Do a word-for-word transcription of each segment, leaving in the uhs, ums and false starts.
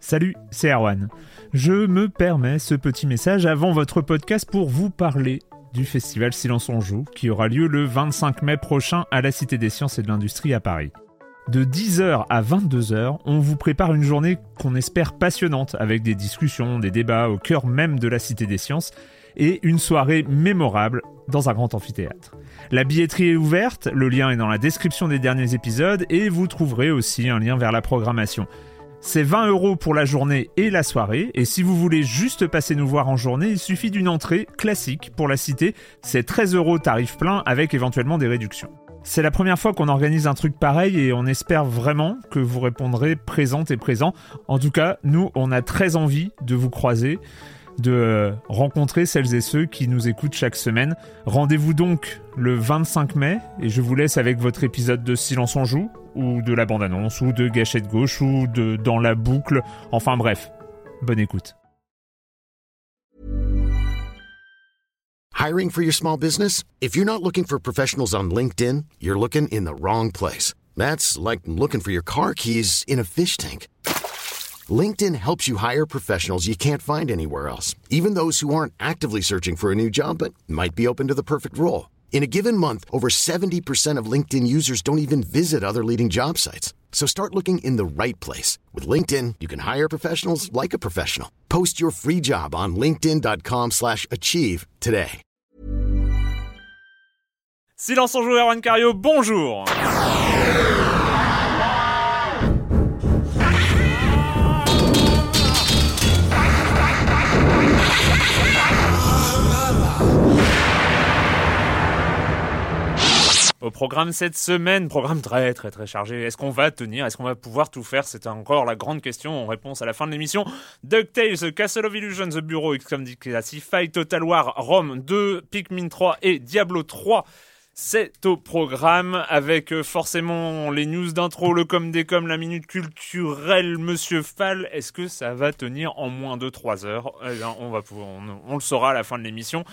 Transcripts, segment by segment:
Salut, c'est Erwan. Je me permets ce petit message avant votre podcast pour vous parler du festival Silence on joue qui aura lieu le vingt-cinq mai prochain à la Cité des Sciences et de l'Industrie à Paris. De dix heures à vingt-deux heures, on vous prépare une journée qu'on espère passionnante avec des discussions, des débats au cœur même de la Cité des Sciences et une soirée mémorable dans un grand amphithéâtre. La billetterie est ouverte, le lien est dans la description des derniers épisodes et vous trouverez aussi un lien vers la programmation. C'est vingt euros pour la journée et la soirée, et si vous voulez juste passer nous voir en journée, il suffit d'une entrée classique pour la Cité, c'est treize euros tarif plein avec éventuellement des réductions. C'est la première fois qu'on organise un truc pareil et on espère vraiment que vous répondrez présente et présent. En tout cas, nous, on a très envie de vous croiser, de rencontrer celles et ceux qui nous écoutent chaque semaine. Rendez-vous donc le vingt-cinq mai et je vous laisse avec votre épisode de Silence on joue, ou de la bande-annonce, ou de Gâchette Gauche, ou de Dans la boucle. Enfin bref, bonne écoute. Hiring for your small business? If you're not looking for professionals on LinkedIn, you're looking in the wrong place. That's like looking for your car keys in a fish tank. LinkedIn helps you hire professionals you can't find anywhere else, even those who aren't actively searching for a new job but might be open to the perfect role. In a given month, over seventy percent of LinkedIn users don't even visit other leading job sites. So start looking in the right place. With LinkedIn, you can hire professionals like a professional. Post your free job on linkedin.com slash achieve today. Silence on joue, Erwan Cario, bonjour. Au programme cette semaine, programme très très très chargé. Est-ce qu'on va tenir? Est-ce qu'on va pouvoir tout faire? C'est encore la grande question. En réponse à la fin de l'émission. DuckTales, Castle of Illusion, The Bureau, X COM Declassify, Total War, Rome deux, Pikmin trois et Diablo trois. C'est au programme avec forcément les news d'intro, le com des com, la minute culturelle, Monsieur Fall. Est-ce que ça va tenir en moins de trois heures? Eh bien, on va pouvoir, on, on le saura à la fin de l'émission.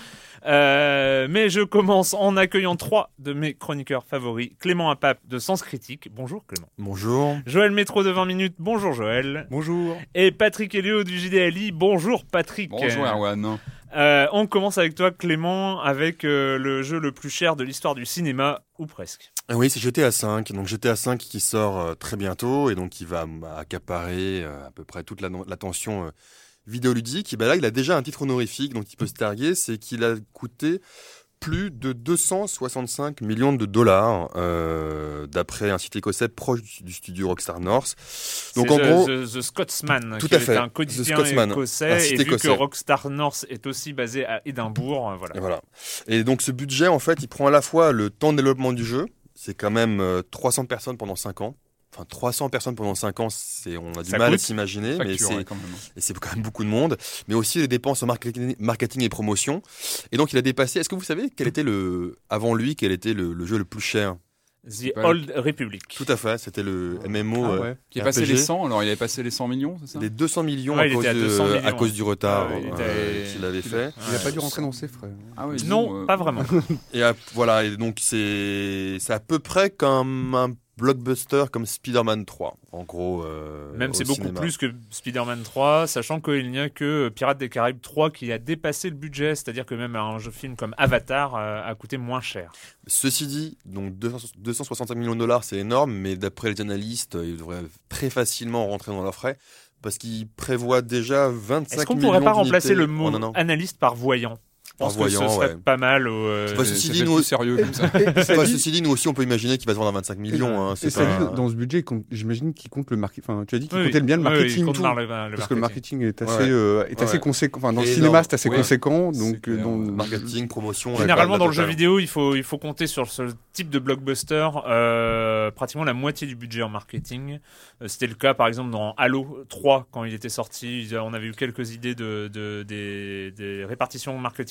Euh, mais je commence en accueillant trois de mes chroniqueurs favoris. Clément Apap de Sens Critique. Bonjour Clément. Bonjour. Joël Métro de vingt minutes. Bonjour Joël. Bonjour. Et Patrick Helio du J D L I. Bonjour Patrick. Bonjour Erwan. Euh, on commence avec toi Clément, avec euh, le jeu le plus cher de l'histoire du cinéma, ou presque. Oui, c'est G T A cinq. Donc G T A cinq qui sort euh, très bientôt et donc qui va bah, accaparer euh, à peu près toute la, l'attention euh, vidéoludique. Et ben là, il a déjà un titre honorifique, donc il peut se targuer, c'est qu'il a coûté plus de deux cent soixante-cinq millions de dollars, euh, d'après un site écossais proche du, du studio Rockstar North. Donc c'est en the, gros, the, the Scotsman, tout qui à est fait. un quotidien écossais, et vu écossais. que Rockstar North est aussi basé à Édimbourg, voilà. Et voilà. Et donc ce budget, en fait, il prend à la fois le temps de développement du jeu, c'est quand même euh, trois cents personnes pendant cinq ans. Enfin, trois cents personnes pendant cinq ans, c'est, on a du ça mal coûte. à s'imaginer, Facture, mais c'est, ouais, quand même. et c'est quand même beaucoup de monde. Mais aussi les dépenses en marketing, marketing et promotion. Et donc, il a dépassé. Est-ce que vous savez quel était le, avant lui, quel était le, le jeu le plus cher? The Old Republic. Tout à fait, c'était le M M O. Ah ouais. euh, Qui est passé R P G. les cent, alors il avait passé les cent millions, c'est ça? Les deux cents millions, Ouais, à, il cause était à de, deux cents millions. à cause du retard Ah ouais, il était- euh, qu'il avait fait. Il n'a pas dû rentrer dans ses frais. Ah oui, Non, disons, euh, pas vraiment. Et à- voilà, et donc c'est, c'est à peu près comme un blockbuster comme Spider-Man trois, en gros. Euh, Même au c'est beaucoup cinéma. plus que Spider-Man trois, sachant qu'il n'y a que Pirates des Caraïbes trois qui a dépassé le budget, c'est-à-dire que même un jeu film comme Avatar euh, a coûté moins cher. Ceci dit, donc deux cent soixante-cinq millions de dollars, c'est énorme, mais d'après les analystes, ils devraient très facilement rentrer dans leurs frais, parce qu'ils prévoient déjà vingt-cinq millions Est-ce qu'on ne pourrait pas remplacer d'unités le mot en un an. analyste par voyant? Je pense Par que voyant, ce serait ouais. pas mal. Au, euh, Bah, c'est- ceci ça dit, fait nous- plus sérieux comme ça. Enfin, ceci dit, nous aussi, on peut imaginer qu'il va se vendre à vingt-cinq millions. Hein, c'est Et ça pas... dit, dans ce budget, il compte- j'imagine qu'il compte le marketing. Enfin, tu as dit qu'il oui, comptait bien le oui, oui, marketing. il compte tout. dans le- le Parce que le marketing est assez, Ouais. euh, est assez Ouais. conséquent. Enfin, dans le Et cinéma, énorme. c'est assez Ouais. conséquent. C'est Donc, euh, clair. dans Marketing, promotion... Généralement, la dans le jeu totale. vidéo, il faut, il faut compter sur ce type de blockbuster euh, pratiquement la moitié du budget en marketing. Euh, c'était le cas, par exemple, dans Halo trois, quand il était sorti. On avait eu quelques idées de, de, des, des répartitions marketing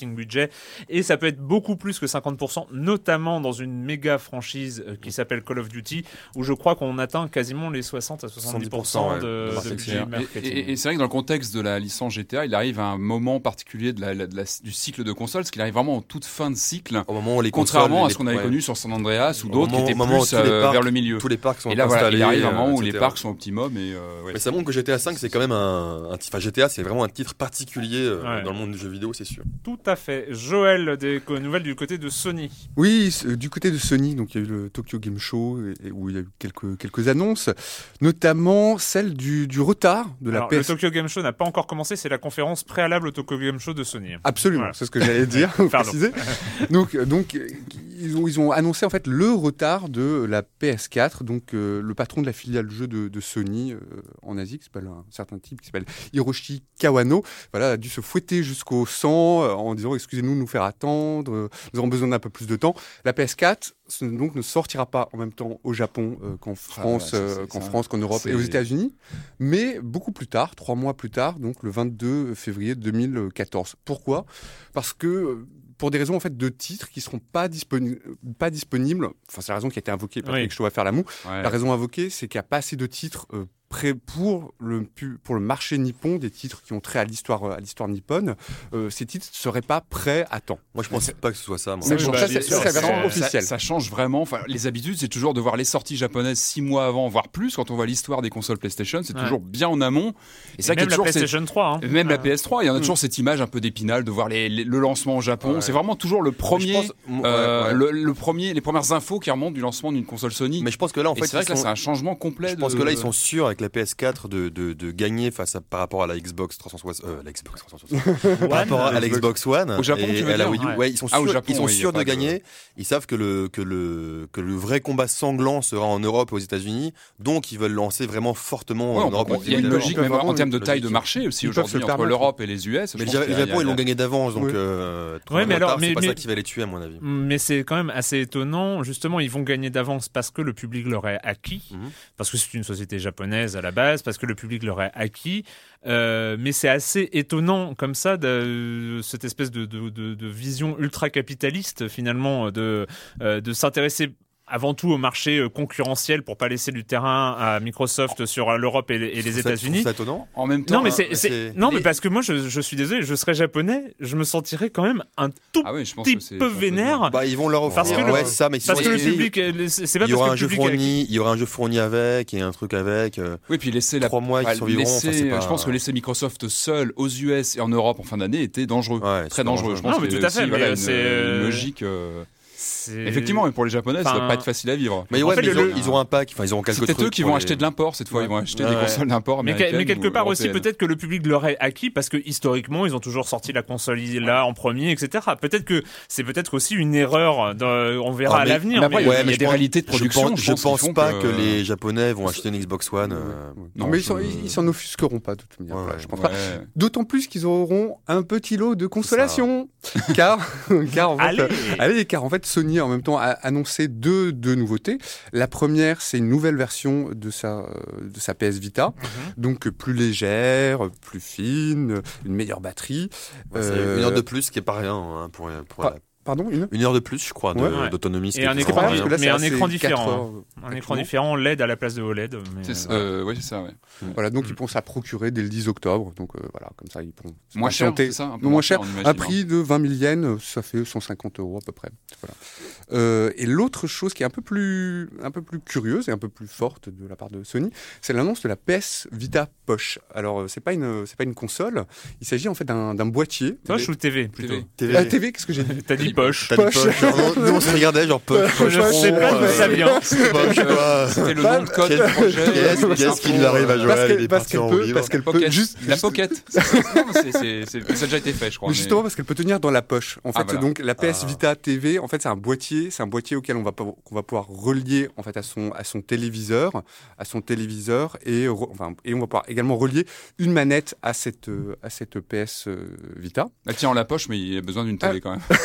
marketing budget, et ça peut être beaucoup plus que cinquante pour cent, notamment dans une méga franchise euh, qui s'appelle Call of Duty, où je crois qu'on atteint quasiment les soixante à soixante-dix pour cent ouais, de, de de budget marketing. Et, et, et c'est vrai que dans le contexte de la licence G T A, il arrive à un moment particulier de la, de la, du cycle de console, parce qu'il arrive vraiment en toute fin de cycle, Au moment où les contrairement consoles, à ce qu'on avait ouais. connu sur San Andreas ou Au d'autres qui moment- étaient au moment où plus tous les euh, parcs- vers le milieu. Tous les parcs sont Et là, voilà, installés. il arrive un moment euh, où les et cetera. parcs sont optimum et euh, ouais. Mais ça montre que G T A cinq, c'est quand même un, un titre. Enfin, G T A, c'est vraiment un titre particulier euh, Ouais. dans le monde du jeu vidéo, c'est sûr. Tout à fait. Joël, des co- nouvelles du côté de Sony. Oui, c- du côté de Sony, donc il y a eu le Tokyo Game Show et, et où il y a eu quelques, quelques annonces, notamment celle du, du retard de la Alors, P S. le Tokyo Game Show n'a pas encore commencé, c'est la conférence préalable au Tokyo Game Show de Sony. Absolument, Voilà. c'est ce que j'allais dire, vous Pardon. préciser. Donc, euh, donc euh, ils, ont, ils ont annoncé en fait le retard de la P S quatre. Donc, euh, le patron de la filiale jeu de, de Sony euh, en Asie, qui s'appelle un certain type qui s'appelle Hiroshi Kawano, voilà, a dû se fouetter jusqu'au sang euh, en disant excusez-nous de nous faire attendre, euh, nous avons besoin d'un peu plus de temps. La P S quatre ce, donc ne sortira pas en même temps au Japon euh, qu'en France, ouais, ça, euh, c'est- qu'en ça, France, qu'en Europe c'est- et aux États-Unis, mais beaucoup plus tard, trois mois plus tard, donc le vingt-deux février deux mille quatorze. Pourquoi ? Parce que euh, pour des raisons en fait de titres qui seront pas, disponi- pas disponibles, enfin c'est la raison qui a été invoquée par Oui. que je dois faire la moue. Ouais. La raison invoquée, c'est qu'il n'y a pas assez de titres euh, prêts pour le pu- pour le marché nippon, des titres qui ont trait à l'histoire euh, à l'histoire nippone. Euh, ces titres ne seraient pas prêts à temps. Moi, je pensais pas que ce soit ça. Moi. Mais Oui, bon, bah, ça, bien c'est sûr, c'est la c'est- version ça- officielle. Ça, ça change vraiment. Enfin, les habitudes, c'est toujours de voir les sorties japonaises six mois avant, voire plus. Quand on voit l'histoire des consoles PlayStation, c'est Ouais. toujours bien en amont. Et c'est vrai qu'il y a Même la toujours cette- PlayStation trois. Hein. Même la Euh, P S trois, il y en a toujours cette image un peu d'épinal de voir les- les- le lancement au Japon. Ouais. C'est vraiment toujours le Mais je premier, pense- ouais, euh, ouais. Le, le premier, les premières infos qui remontent du lancement d'une console Sony. Mais je pense que là, en Et fait, c'est vrai ils que là, sont- c'est un changement complet. je pense de- que là, ils sont sûrs avec la P S quatre de, de, de gagner face à, par rapport à la Xbox trois cent soixante. Euh, la Xbox trois cent soixante. par rapport à la Xbox One. Au Japon, et tu veux à la dire Wii U. Ouais. Ouais, ils sont Ah, sûrs, au Japon, ils sont oui, y a sûrs pas de de- gagner. Ils savent que le, que, le, que le vrai combat sanglant sera en Europe et aux États-Unis. Donc, ils veulent lancer vraiment fortement Ouais, en on- Europe. on- il y a une Ils logique peuvent même vraiment- en termes de une taille de logique. marché aussi Ils peuvent se aujourd'hui le entre permettre. l'Europe et les U S. Mais Je le pense qu'il y a- Japon, il y a- ils l'ont gagné d'avance. Donc, Oui. euh, trop Ouais, de mais retard, alors, mais- c'est pas mais- ça qui va les tuer, à mon avis. Mais c'est quand même assez étonnant. Justement, ils vont gagner d'avance parce que le public leur est acquis, Mhm. parce que c'est une société japonaise à la base, parce que le public leur est acquis. Euh, mais c'est assez étonnant comme ça, de, cette espèce de, de, de, de vision ultra-capitaliste finalement, de, euh, de s'intéresser avant tout au marché euh, concurrentiel pour pas laisser du terrain à Microsoft sur euh, l'Europe et, les- et les Je trouve ça- je États-Unis. trouve ça étonnant. En même temps, Non mais hein, c'est, mais c'est- c'est- non mais les- parce que moi je, je suis désolé, je serais japonais, je me sentirais quand même un tout ah oui, je pense petit que c'est- peu c'est un peu vénère. Bah, ils vont leur offrir. Parce que le- ouais, ça, mais Parce sinon, que le ils- public, euh, c'est pas il y parce aura que un le jeu public est acquis. fourni, il y aura un jeu fourni avec et un truc avec. euh, Oui, puis laisser la Trois mois, ils bah, survivront, laisser- enfin, c'est pas- Je pense que laisser Microsoft seul aux U S et en Europe en fin d'année était dangereux, Ouais, très c'est dangereux. Je dangereux. pense Non, mais que tout à aussi, fait, voilà, mais une, c'est- une logique. euh, C'est- Effectivement, mais pour les Japonais, ça Enfin, doit pas être facile à vivre. Mais En ouais, fait, mais le- ils, ont, le- ils auront un pack, enfin ils auront quelques C'est trucs. peut-être eux qui pour vont les- acheter de l'import cette fois. Ils vont acheter Ouais. des consoles d'import Mais, américaines. mais quelque ou part aussi, européennes. peut-être que le public leur est acquis parce que historiquement, ils ont toujours sorti la console là en premier, et cetera. Peut-être que c'est peut-être aussi une erreur. de- on verra Ah, à mais- l'avenir. mais après, mais- il y a- Ouais, il y mais a je des pense- réalités de je production. pense- je Je pense, qui pense font pas que- que les Japonais vont acheter une Xbox One. euh, Non, Non, mais ils je- s'en- ils ils s'en offusqueront pas de toute manière. Ouais, Voilà, ouais. je pense Ouais. pas. D'autant plus qu'ils auront un petit lot de consolation, car, car en fait, Allez. euh, allez, car en fait, Sony en même temps a annoncé deux, deux nouveautés. La première, c'est une nouvelle version de sa, euh, de sa P S Vita, donc euh, plus légère, plus fine, une meilleure batterie. ouais, c'est Euh, Une heure de plus, qui est pas rien hein, pour, pour Pas- Pardon, une une heure de plus, je crois, de- Ouais. d'autonomie. ce Et qui est un vraiment écran, rien. parce que là, mais c'est un assez écran quatre différent. heures, Un écran actuellement. différent, L E D à la place de O L E D. mais, C'est ça, euh, euh, ouais, c'est ça, ouais. Voilà, donc ils pourront ça procurer dès le dix octobre. Donc euh, voilà, comme ça, ils pourront se Moins cher, patienter. c'est ça, un peu Non, moins cher. on imagine, Un hein. prix de vingt mille yens, ça fait cent cinquante euros à peu près. Voilà. Euh, et l'autre chose qui est un peu plus, un peu plus curieuse et un peu plus forte de la part de Sony, c'est l'annonce de la P S Vita Poche. Alors euh, c'est pas une, c'est pas une console. Il s'agit en fait d'un, d'un boîtier. Poche ou T V plutôt. T V. T V. La T V, qu'est-ce que j'ai dit T'as dit poche. T'as dit Poche. poche. Alors, nous, on se regardait, genre poche, poche. Je sais pas d'où ça vient. Poche, quoi. C'était le Bah, nom de code Quel du projet. Qu'est-ce les qu'est-ce qui infos, lui arrive à euh, Joël Parce il qu'elle, est parce parti qu'elle en peut, roue libre. parce qu'elle peut Pocket. juste, La pocket. Non, mais c'est- c'est- c'est- ça a déjà été fait, je crois. mais mais- justement parce qu'elle peut tenir dans la poche. En fait, Ah, voilà. donc la P S Ah. Vita T V, en fait, c'est un boîtier, c'est un boîtier auquel on va pou- qu'on va pouvoir relier en fait à son à son téléviseur, à son téléviseur et re- enfin et on va pouvoir également relier une manette à cette euh, à cette P S euh, Vita. Elle tient en la poche, mais il a besoin d'une télé Ah. quand même. Et non,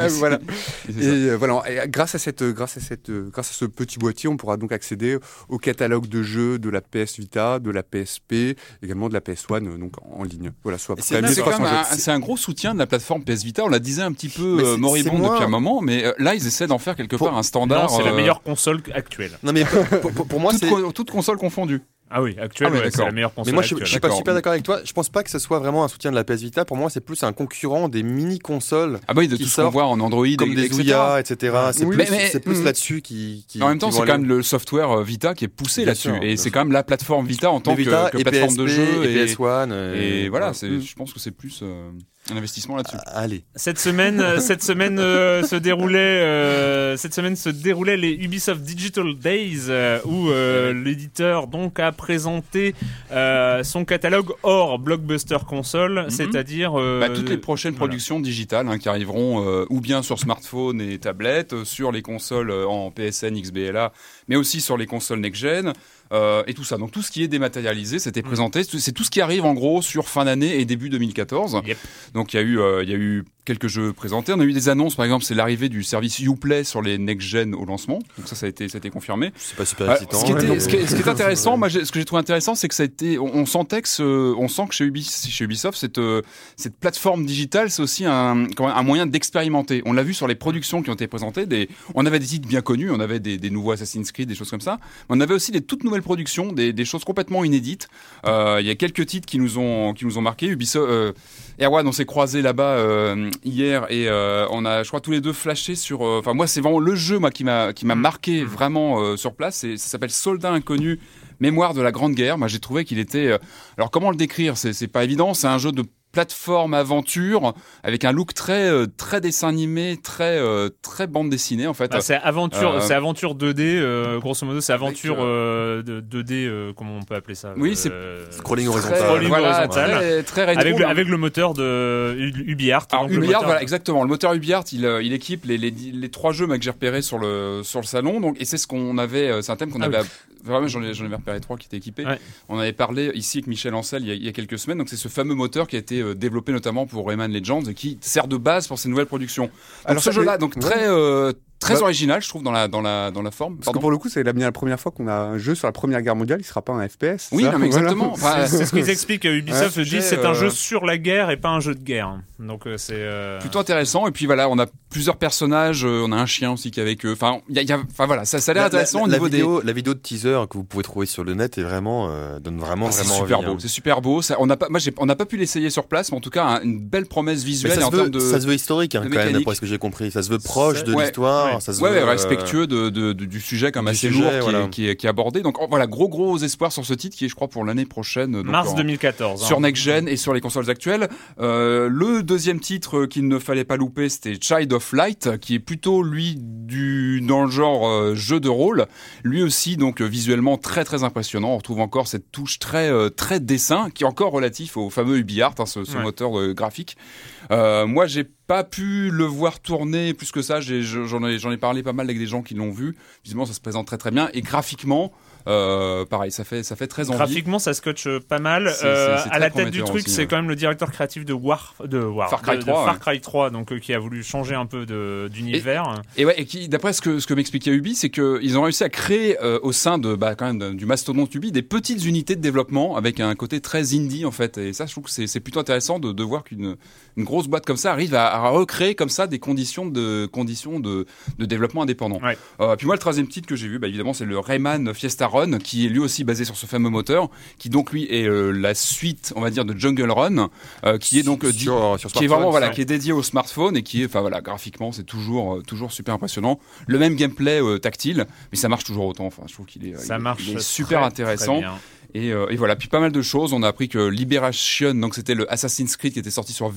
voilà. Et c'est Et ça. euh, voilà, et grâce à cette, grâce à cette, euh, grâce à ce petit boîtier, on pourra donc accéder au catalogue de jeux de la P S Vita, de la P S P, également de la P S un, euh, donc en ligne. Voilà, soit Et à peu c'est- près là, C'est mille quand trois même cents un, jeux. c'est un gros soutien de la plateforme P S Vita. On la disait un petit peu Mais euh, c'est- moribonde c'est moins- depuis un moment, mais euh, là ils essaient d'en faire quelque Pour- part un standard. Non, c'est la euh, meilleure console actuelle. Non mais pour, pour- pour- pour moi toute, c'est. co- toute console confondue. Ah oui, actuelle, Ah ouais, ouais, c'est d'accord. la meilleure console Mais moi je, suis- je actuelle. suis pas D'accord. super d'accord avec toi. Je pense pas que ce soit vraiment un soutien de la P S Vita. Pour moi c'est plus un concurrent des mini consoles Ah bah oui, de Qui tout ce qu'on sortent voit en Android, comme et- des et cetera. Ouya, et cetera. C'est Oui, plus, mais- mais- c'est plus mm. là-dessus qui, qui. En même temps, qui c'est vont quand aller. même le software euh, Vita qui est poussé Bien là-dessus, sûr, et bien c'est sûr. quand même la plateforme Vita en tant Mais que, Vita que et plateforme de P S P jeu. et P S un. euh, Et voilà, c'est, Mm. je pense que c'est plus euh, un investissement là-dessus. Allez. Cette semaine, euh, cette semaine euh, se déroulait, euh, cette semaine se déroulaient les Ubisoft Digital Days, euh, où euh, l'éditeur donc a présenté euh, son catalogue hors blockbuster console, Mhm. c'est-à-dire euh, Bah, toutes les prochaines voilà. productions digitales hein, qui arriveront euh, ou bien sur smartphone et tablettes, euh, sur les consoles euh, en P S N, X B L A, mais aussi sur les consoles next-gen. Euh, et tout ça. Donc tout ce qui est dématérialisé, c'était Mm. présenté. C'est tout ce qui arrive en gros sur fin d'année et début deux mille quatorze. Yep. Donc il y a eu, euh, il y a eu quelques jeux présentés. On a eu des annonces, par exemple, c'est l'arrivée du service Uplay sur les next-gen au lancement. Donc ça, ça a été, ça a été confirmé. C'est pas super Euh, excitant. ce, qui était- Ouais, ce qui est, ce qui est intéressant, Ouais. moi, j'ai- ce que j'ai trouvé intéressant, c'est que ça a été, on, on sentait que, ce- on sent que chez, Ubis- chez Ubisoft, cette, euh, cette plateforme digitale, c'est aussi un, comment dire, un moyen d'expérimenter. On l'a vu sur les productions qui ont été présentées. Des, on avait des titres bien connus, on avait des, des nouveaux Assassin's Creed, des choses comme ça. Mais on avait aussi des toutes nouvelles productions, des, des choses complètement inédites. Euh, Il y a quelques titres qui nous ont, qui nous ont marqué. Ubisoft, euh, Erwan, on s'est croisés là-bas euh, hier et euh, on a, je crois, tous les deux flashé sur. euh, Enfin, moi, c'est vraiment le jeu, moi, qui m'a, qui m'a marqué vraiment euh, sur place. C'est, ça s'appelle Soldat Inconnu, Mémoire de la Grande Guerre. Moi, j'ai trouvé qu'il était. euh, alors, comment le décrire ? C'est, c'est pas évident. C'est un jeu de plateforme aventure avec un look très euh, très dessin animé, très euh, très bande dessinée en fait. Ah, c'est aventure, Euh, c'est aventure deux D, euh, grosso modo, c'est aventure Avec, euh, de deux D, euh, comment on peut appeler ça Oui, c'est euh, Scrolling Très- horizontal. Scrolling voilà, horizontal. très, très rétro, avec le, hein. avec le moteur de U- UbiArt. Alors donc le UbiArt, moteur- voilà, exactement. Le moteur UbiArt, il, euh, il équipe les, les, les trois jeux moi, que j'ai repérés sur le sur le salon. Donc, et c'est ce qu'on avait, euh, c'est un thème qu'on Ah avait. oui. Vraiment, j'en ai, j'en avais repéré trois qui étaient équipés. Ouais. On avait parlé ici avec Michel Ancel il y a, il y a quelques semaines. Donc, c'est ce fameux moteur qui a été euh, développé notamment pour Rayman Legends et qui sert de base pour ces nouvelles productions. Donc, Alors, ce ça, jeu-là, mais- donc ouais. très euh, très Bah- original, je trouve, dans la dans la dans la forme. Parce que Pardon. pour le coup, c'est la, bien la première fois qu'on a un jeu sur la Première Guerre mondiale, il sera pas un F P S. Oui, ça non, mais Voilà. exactement. Enfin, C'est ce qu'ils expliquent. Ubisoft Ouais, dit j'ai, c'est un euh, jeu sur la guerre et pas un jeu de guerre. Donc euh, c'est euh, plutôt intéressant. Et puis voilà, on a plusieurs personnages. euh, on a un chien aussi qui est avec eux. Enfin, il y a, il y a- enfin voilà, ça, ça a l'air La- intéressant la, au la niveau des. vidéo, la vidéo de teaser que vous pouvez trouver sur le net est vraiment euh, donne vraiment Ah, c'est vraiment super envie, beau, hein. c'est super beau. Ça, on n'a pas, moi, j'ai, on n'a pas pu l'essayer sur place, mais en tout cas, un- une belle promesse Mais visuelle ça, et se en veut, termes de. ça se veut historique hein, de quand même, mécanique. d'après ce que j'ai compris. Ça se veut proche C'est- de ouais, l'histoire. ouais. Ça se Ouais, veut, ouais, euh, respectueux de, de- de- du sujet quand même du assez sujet, lourd qui, voilà. est, qui, est, qui est abordé. Donc oh, voilà, gros gros espoir sur ce titre qui est, je crois, pour l'année prochaine. Donc, mars en- deux mille quatorze. Sur hein. Next Gen et sur les consoles actuelles. Euh, le deuxième titre qu'il ne fallait pas louper, c'était Child of Light, qui est plutôt lui du dans le genre euh, jeu de rôle. Lui aussi, donc euh, visuellement très très impressionnant. On retrouve encore cette touche très euh, très dessin, qui est encore relatif au fameux UbiArt, hein, ce, ce Ouais. moteur euh, graphique. Euh, moi, j'ai pas pu le voir tourner plus que ça. J'ai, j'en ai j'en ai parlé pas mal avec des gens qui l'ont vu. Visiblement, ça se présente très très bien et graphiquement. Euh, pareil, ça fait ça fait très envie. Graphiquement, ça scotche pas mal. C'est- Euh, c'est- c'est à la très tête du prometteur truc, aussi, c'est ouais. quand même le directeur créatif de War, de War, Far Cry de- de trois, Far ouais. Cry trois, donc euh, qui a voulu changer un peu de, d'univers. Et ouais, et qui, d'après ce que ce que m'expliquait Ubi, c'est que ils ont réussi à créer euh, au sein de bah quand même de- du mastodonte Ubi des petites unités de développement avec un côté très indie en fait. Et ça, je trouve que c'est c'est plutôt intéressant de, de voir qu'une une grosse boîte comme ça arrive à, à recréer comme ça des conditions de conditions de, de développement indépendant. Ouais. Euh, puis moi, le troisième titre que j'ai vu, bah, évidemment, c'est le Rayman Fiesta Run, qui est lui aussi basé sur ce fameux moteur, qui donc lui est euh, la suite, on va dire, de Jungle Run, euh, qui est donc euh, di- sur, sur qui est smartphone, vraiment voilà, ouais. qui est dédié au smartphone et qui est, enfin voilà, graphiquement, c'est toujours, euh, toujours super impressionnant. Le même gameplay euh, tactile, mais ça marche toujours autant. Enfin, je trouve qu'il est, Ça il est- marche il est super très, intéressant. très bien. Et, euh, et voilà, puis pas mal de choses. On a appris que Liberation, donc c'était le Assassin's Creed qui était sorti sur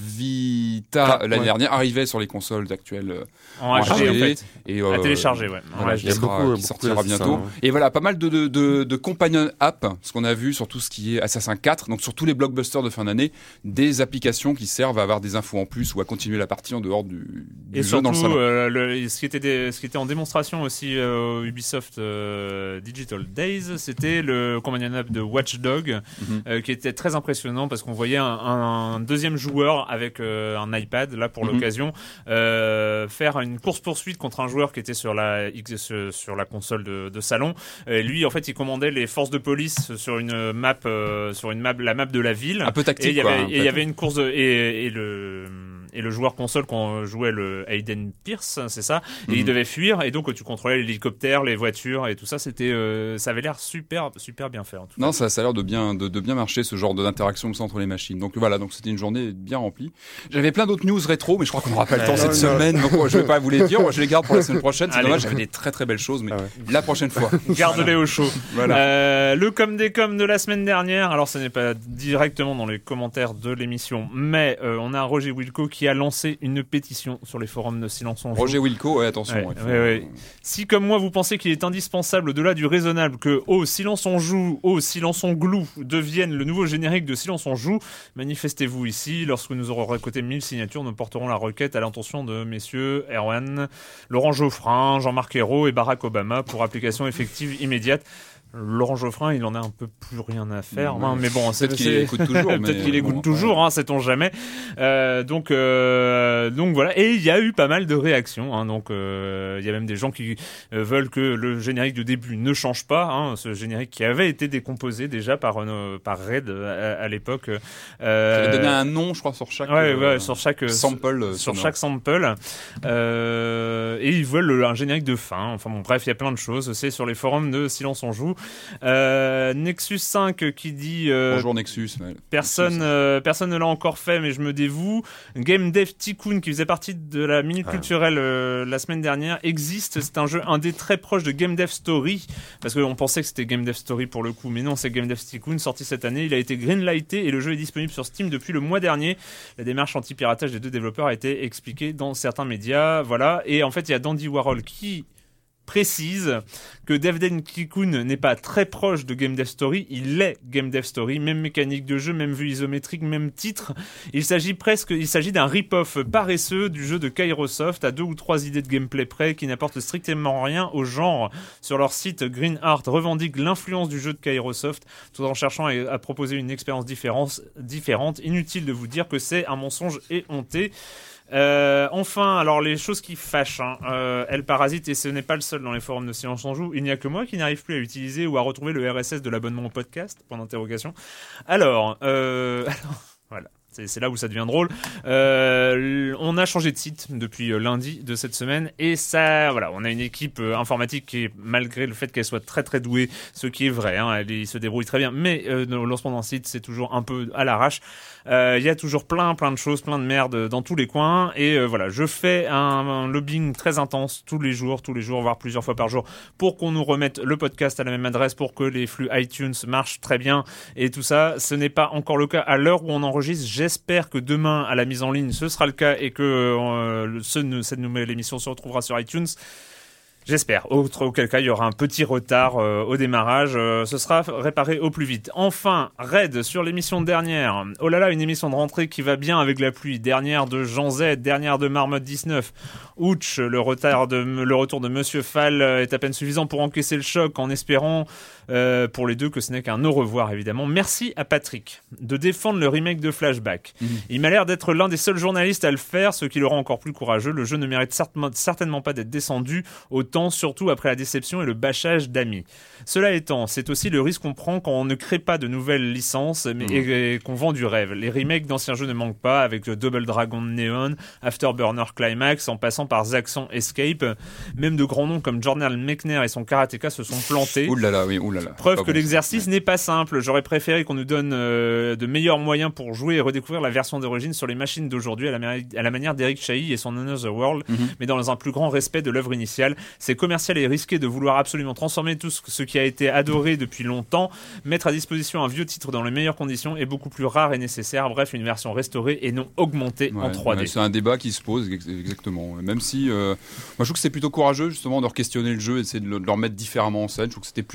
Vita Ah, euh, l'année ouais. dernière, arrivait sur les consoles actuelles. euh, En en H D, en H D. fait. Et, À euh, télécharger, ouais. En voilà, H qui D. Il y a sera- beaucoup, qui beaucoup sortira d'assassin's, bientôt. hein. Et voilà, pas mal de, de, de, de companion app, ce qu'on a vu sur tout ce qui est Assassin quatre, donc sur tous les blockbusters de fin d'année, des applications qui servent à avoir des infos en plus ou à continuer la partie en dehors du, du Et jeu dans le surtout, salon. euh, le- ce, qui était des- ce qui était en démonstration aussi euh, au Ubisoft euh, Digital Days, c'était le companion app de Watch Dogs, Mhm. euh, qui était très impressionnant parce qu'on voyait un, un deuxième joueur avec euh, un iPad là pour Mhm. l'occasion euh, faire une course poursuite contre un joueur qui était sur la X, sur la console de, de salon. Et lui, en fait, il commandait les forces de police sur une map, euh, sur une map, la map de la ville. Un peu tactique, Et il y quoi, avait, en et fait. il y avait une course de, et, et le et le joueur console qu'on jouait, le Aiden Pierce, c'est ça. Et Mhm. il devait fuir. Et donc tu contrôlais l'hélicoptère, les voitures et tout ça. C'était, euh, ça avait l'air super, super bien fait. En tout cas. Non, ça, ça a l'air de bien, de, de bien marcher, ce genre de- d'interaction comme ça entre les machines. Donc voilà, donc c'était une journée bien remplie. J'avais plein d'autres news rétro, mais je crois qu'on n'aura pas le temps Ouais, cette non, non. semaine, donc oh, je vais pas vous les dire. Moi, je les garde pour la semaine prochaine. C'est Allez. dommage, j'avais des très très belles choses, mais Ah ouais. la prochaine fois. Garde-les au chaud. Voilà. Euh, le com des com de la semaine dernière. Alors, ce n'est pas directement dans les commentaires de l'émission, mais euh, on a Roger Wilco qui a lancé une pétition sur les forums de Silence on Joue. Roger Wilco, ouais, attention. Ouais, il faut- ouais, ouais. Si, comme moi, vous pensez qu'il est indispensable, au-delà du raisonnable, que Oh, Silence on Joue, Oh, Silence on Glou devienne le nouveau générique de Silence on Joue, manifestez-vous ici. Lorsque nous aurons récolté mille signatures, nous porterons la requête à l'intention de messieurs Erwan, Laurent Geoffrin, Jean-Marc Ayrault et Barack Obama pour application effective immédiate. Laurent Geoffrin, il en a un peu plus rien à faire, Ouais. hein, mais bon, c'est Peut-être qu'il c'est- écoute toujours. mais Peut-être qu'il écoute bon, toujours, hein, sait-on jamais. Euh, donc, euh, donc voilà. Et il y a eu pas mal de réactions. Hein, donc, euh, il y a même des gens qui euh, veulent que le générique de début ne change pas. Hein, ce générique qui avait été décomposé déjà par euh, par Red à, à l'époque. Euh, Il avait donné un nom, je crois, sur chaque. ouais, euh, ouais, sur chaque sample. euh, sur sonore. chaque sample. Euh, et ils veulent le- un générique de fin. Enfin bon, bref, il y a plein de choses. C'est sur les forums de Silence on Joue. Euh, Nexus cinq qui dit euh, Bonjour Nexus. ouais. personne, Nexus. euh, personne ne l'a encore fait, mais je me dévoue. Game Dev Tycoon, qui faisait partie de la minute Ah. culturelle euh, la semaine dernière, existe. C'est un jeu indé très proche de Game Dev Story, parce qu'on pensait que c'était Game Dev Story pour le coup, mais non, c'est Game Dev Tycoon, sorti cette année. Il a été greenlighté et le jeu est disponible sur Steam depuis le mois dernier. La démarche anti-piratage des deux développeurs a été expliquée dans certains médias, voilà. Et en fait, il y a Dandy Warhol qui précise que Dev Dev Tycoon n'est pas très proche de Game Dev Story, il est Game Dev Story, même mécanique de jeu, même vue isométrique, même titre. Il s'agit presque, il s'agit d'un rip-off paresseux du jeu de Kairosoft à deux ou trois idées de gameplay près qui n'apportent strictement rien au genre. Sur leur site, Green Art revendique l'influence du jeu de Kairosoft tout en cherchant à, à proposer une expérience différente, différente. Inutile de vous dire que c'est un mensonge éhonté. Euh, enfin, alors les choses qui fâchent, hein. euh, elle parasite et ce n'est pas le seul dans les forums de Silence on Joue. Il n'y a que moi qui n'arrive plus à utiliser ou à retrouver le R S S de l'abonnement au podcast. Point d'interrogation. Alors, euh, alors voilà. C'est, c'est là où ça devient drôle. Euh, on a changé de site depuis euh, lundi de cette semaine et ça, voilà, on a une équipe euh, informatique qui est, malgré le fait qu'elle soit très très douée, ce qui est vrai, hein, elle, il se débrouille très bien, mais euh, le lancement d'un site, c'est toujours un peu à l'arrache. Il euh, y a toujours plein plein de choses, plein de merde dans tous les coins et euh, voilà, je fais un, un lobbying très intense tous les jours, tous les jours, voire plusieurs fois par jour pour qu'on nous remette le podcast à la même adresse, pour que les flux iTunes marchent très bien et tout ça. Ce n'est pas encore le cas à l'heure où on enregistre. J'espère que demain à la mise en ligne ce sera le cas et que euh, ce, cette nouvelle émission se retrouvera sur iTunes. J'espère. Autre, auquel cas, il y aura un petit retard euh, au démarrage. Euh, ce sera réparé au plus vite. Enfin, Red sur l'émission dernière. Oh là là, une émission de rentrée qui va bien avec la pluie. Dernière de Jean Z, dernière de Marmotte dix-neuf. Ouch, le retard de le retour de Monsieur Fall est à peine suffisant pour encaisser le choc, en espérant euh, pour les deux que ce n'est qu'un au revoir évidemment. Merci à Patrick de défendre le remake de Flashback. Mmh. Il m'a l'air d'être l'un des seuls journalistes à le faire, ce qui le rend encore plus courageux. Le jeu ne mérite certainement pas d'être descendu autant, surtout après la déception et le bâchage d'Ami. Cela étant, c'est aussi le risque qu'on prend quand on ne crée pas de nouvelles licences mais, mmh. et, et qu'on vend du rêve. Les remakes d'anciens jeux ne manquent pas, avec Double Dragon Neon, Afterburner Climax, en passant par Zaxxon Escape. Même de grands noms comme Jordan Mechner et son Karateka se sont plantés. Ouh là là, oui, ouh là là. Preuve pas que bon, l'exercice ouais. n'est pas simple. J'aurais préféré qu'on nous donne euh, de meilleurs moyens pour jouer et redécouvrir la version d'origine sur les machines d'aujourd'hui à la, à la manière d'Eric Chahi et son Another World, mm-hmm. mais dans un plus grand respect de l'œuvre initiale. C'est commercial et risqué de vouloir absolument transformer tout ce qui a été adoré depuis longtemps. Mettre à disposition un vieux titre dans les meilleures conditions est beaucoup plus rare et nécessaire. Bref, une version restaurée et non augmentée ouais, en trois D. Ouais, c'est un débat qui se pose exactement. Même si, euh, moi je trouve que c'est plutôt courageux justement de re-questionner le jeu et d'essayer de le, de le remettre différemment en scène. Je trouve que c'était plutôt courageux.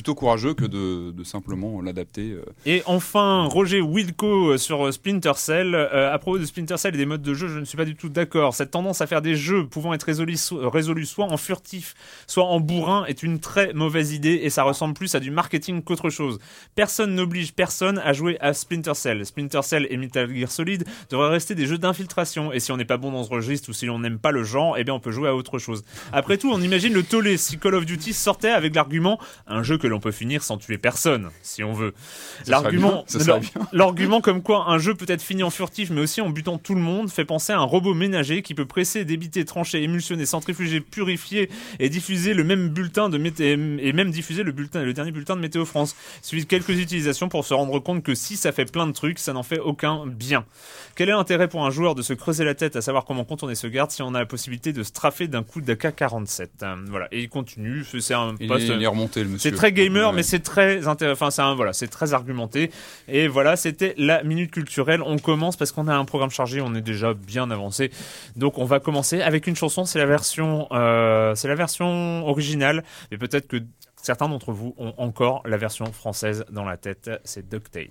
jeu que de, de simplement l'adapter. Euh. Et enfin, Roger Wilco sur Splinter Cell. Euh, à propos de Splinter Cell et des modes de jeu, je ne suis pas du tout d'accord. Cette tendance à faire des jeux pouvant être résolus, so- résolus soit en furtif, soit en bourrin est une très mauvaise idée et ça ressemble plus à du marketing qu'autre chose. Personne n'oblige personne à jouer à Splinter Cell. Splinter Cell et Metal Gear Solid devraient rester des jeux d'infiltration et si on n'est pas bon dans ce registre ou si on n'aime pas le genre, eh bien on peut jouer à autre chose. Après tout, on imagine le tollé si Call of Duty sortait avec l'argument un jeu que l'on peut finir sans tuer personne, si on veut. Ça L'argument, serait bien, ça serait bien. l'argument comme quoi un jeu peut être fini en furtif mais aussi en butant tout le monde fait penser à un robot ménager qui peut presser, débiter, trancher, émulsionner, centrifuger, purifier et diffuser le même bulletin de mété- et même diffuser le bulletin, le dernier bulletin de Météo France. Il suffit de quelques utilisations pour se rendre compte que si ça fait plein de trucs, ça n'en fait aucun bien. Quel est l'intérêt pour un joueur de se creuser la tête à savoir comment contourner ce garde si on a la possibilité de se trafer d'un coup d'A K quarante-sept? euh, Voilà. Et il continue. C'est un Il, poste. est, il est remonté, le monsieur. C'est très gamer, Ouais. mais c'est très intéressant. Enfin, c'est un, voilà, c'est très argumenté. Et voilà, c'était la minute culturelle. On commence parce qu'on a un programme chargé. On est déjà bien avancé. Donc, on va commencer avec une chanson. C'est la version, euh, c'est la version originale. Mais peut-être que certains d'entre vous ont encore la version française dans la tête. C'est DuckTales.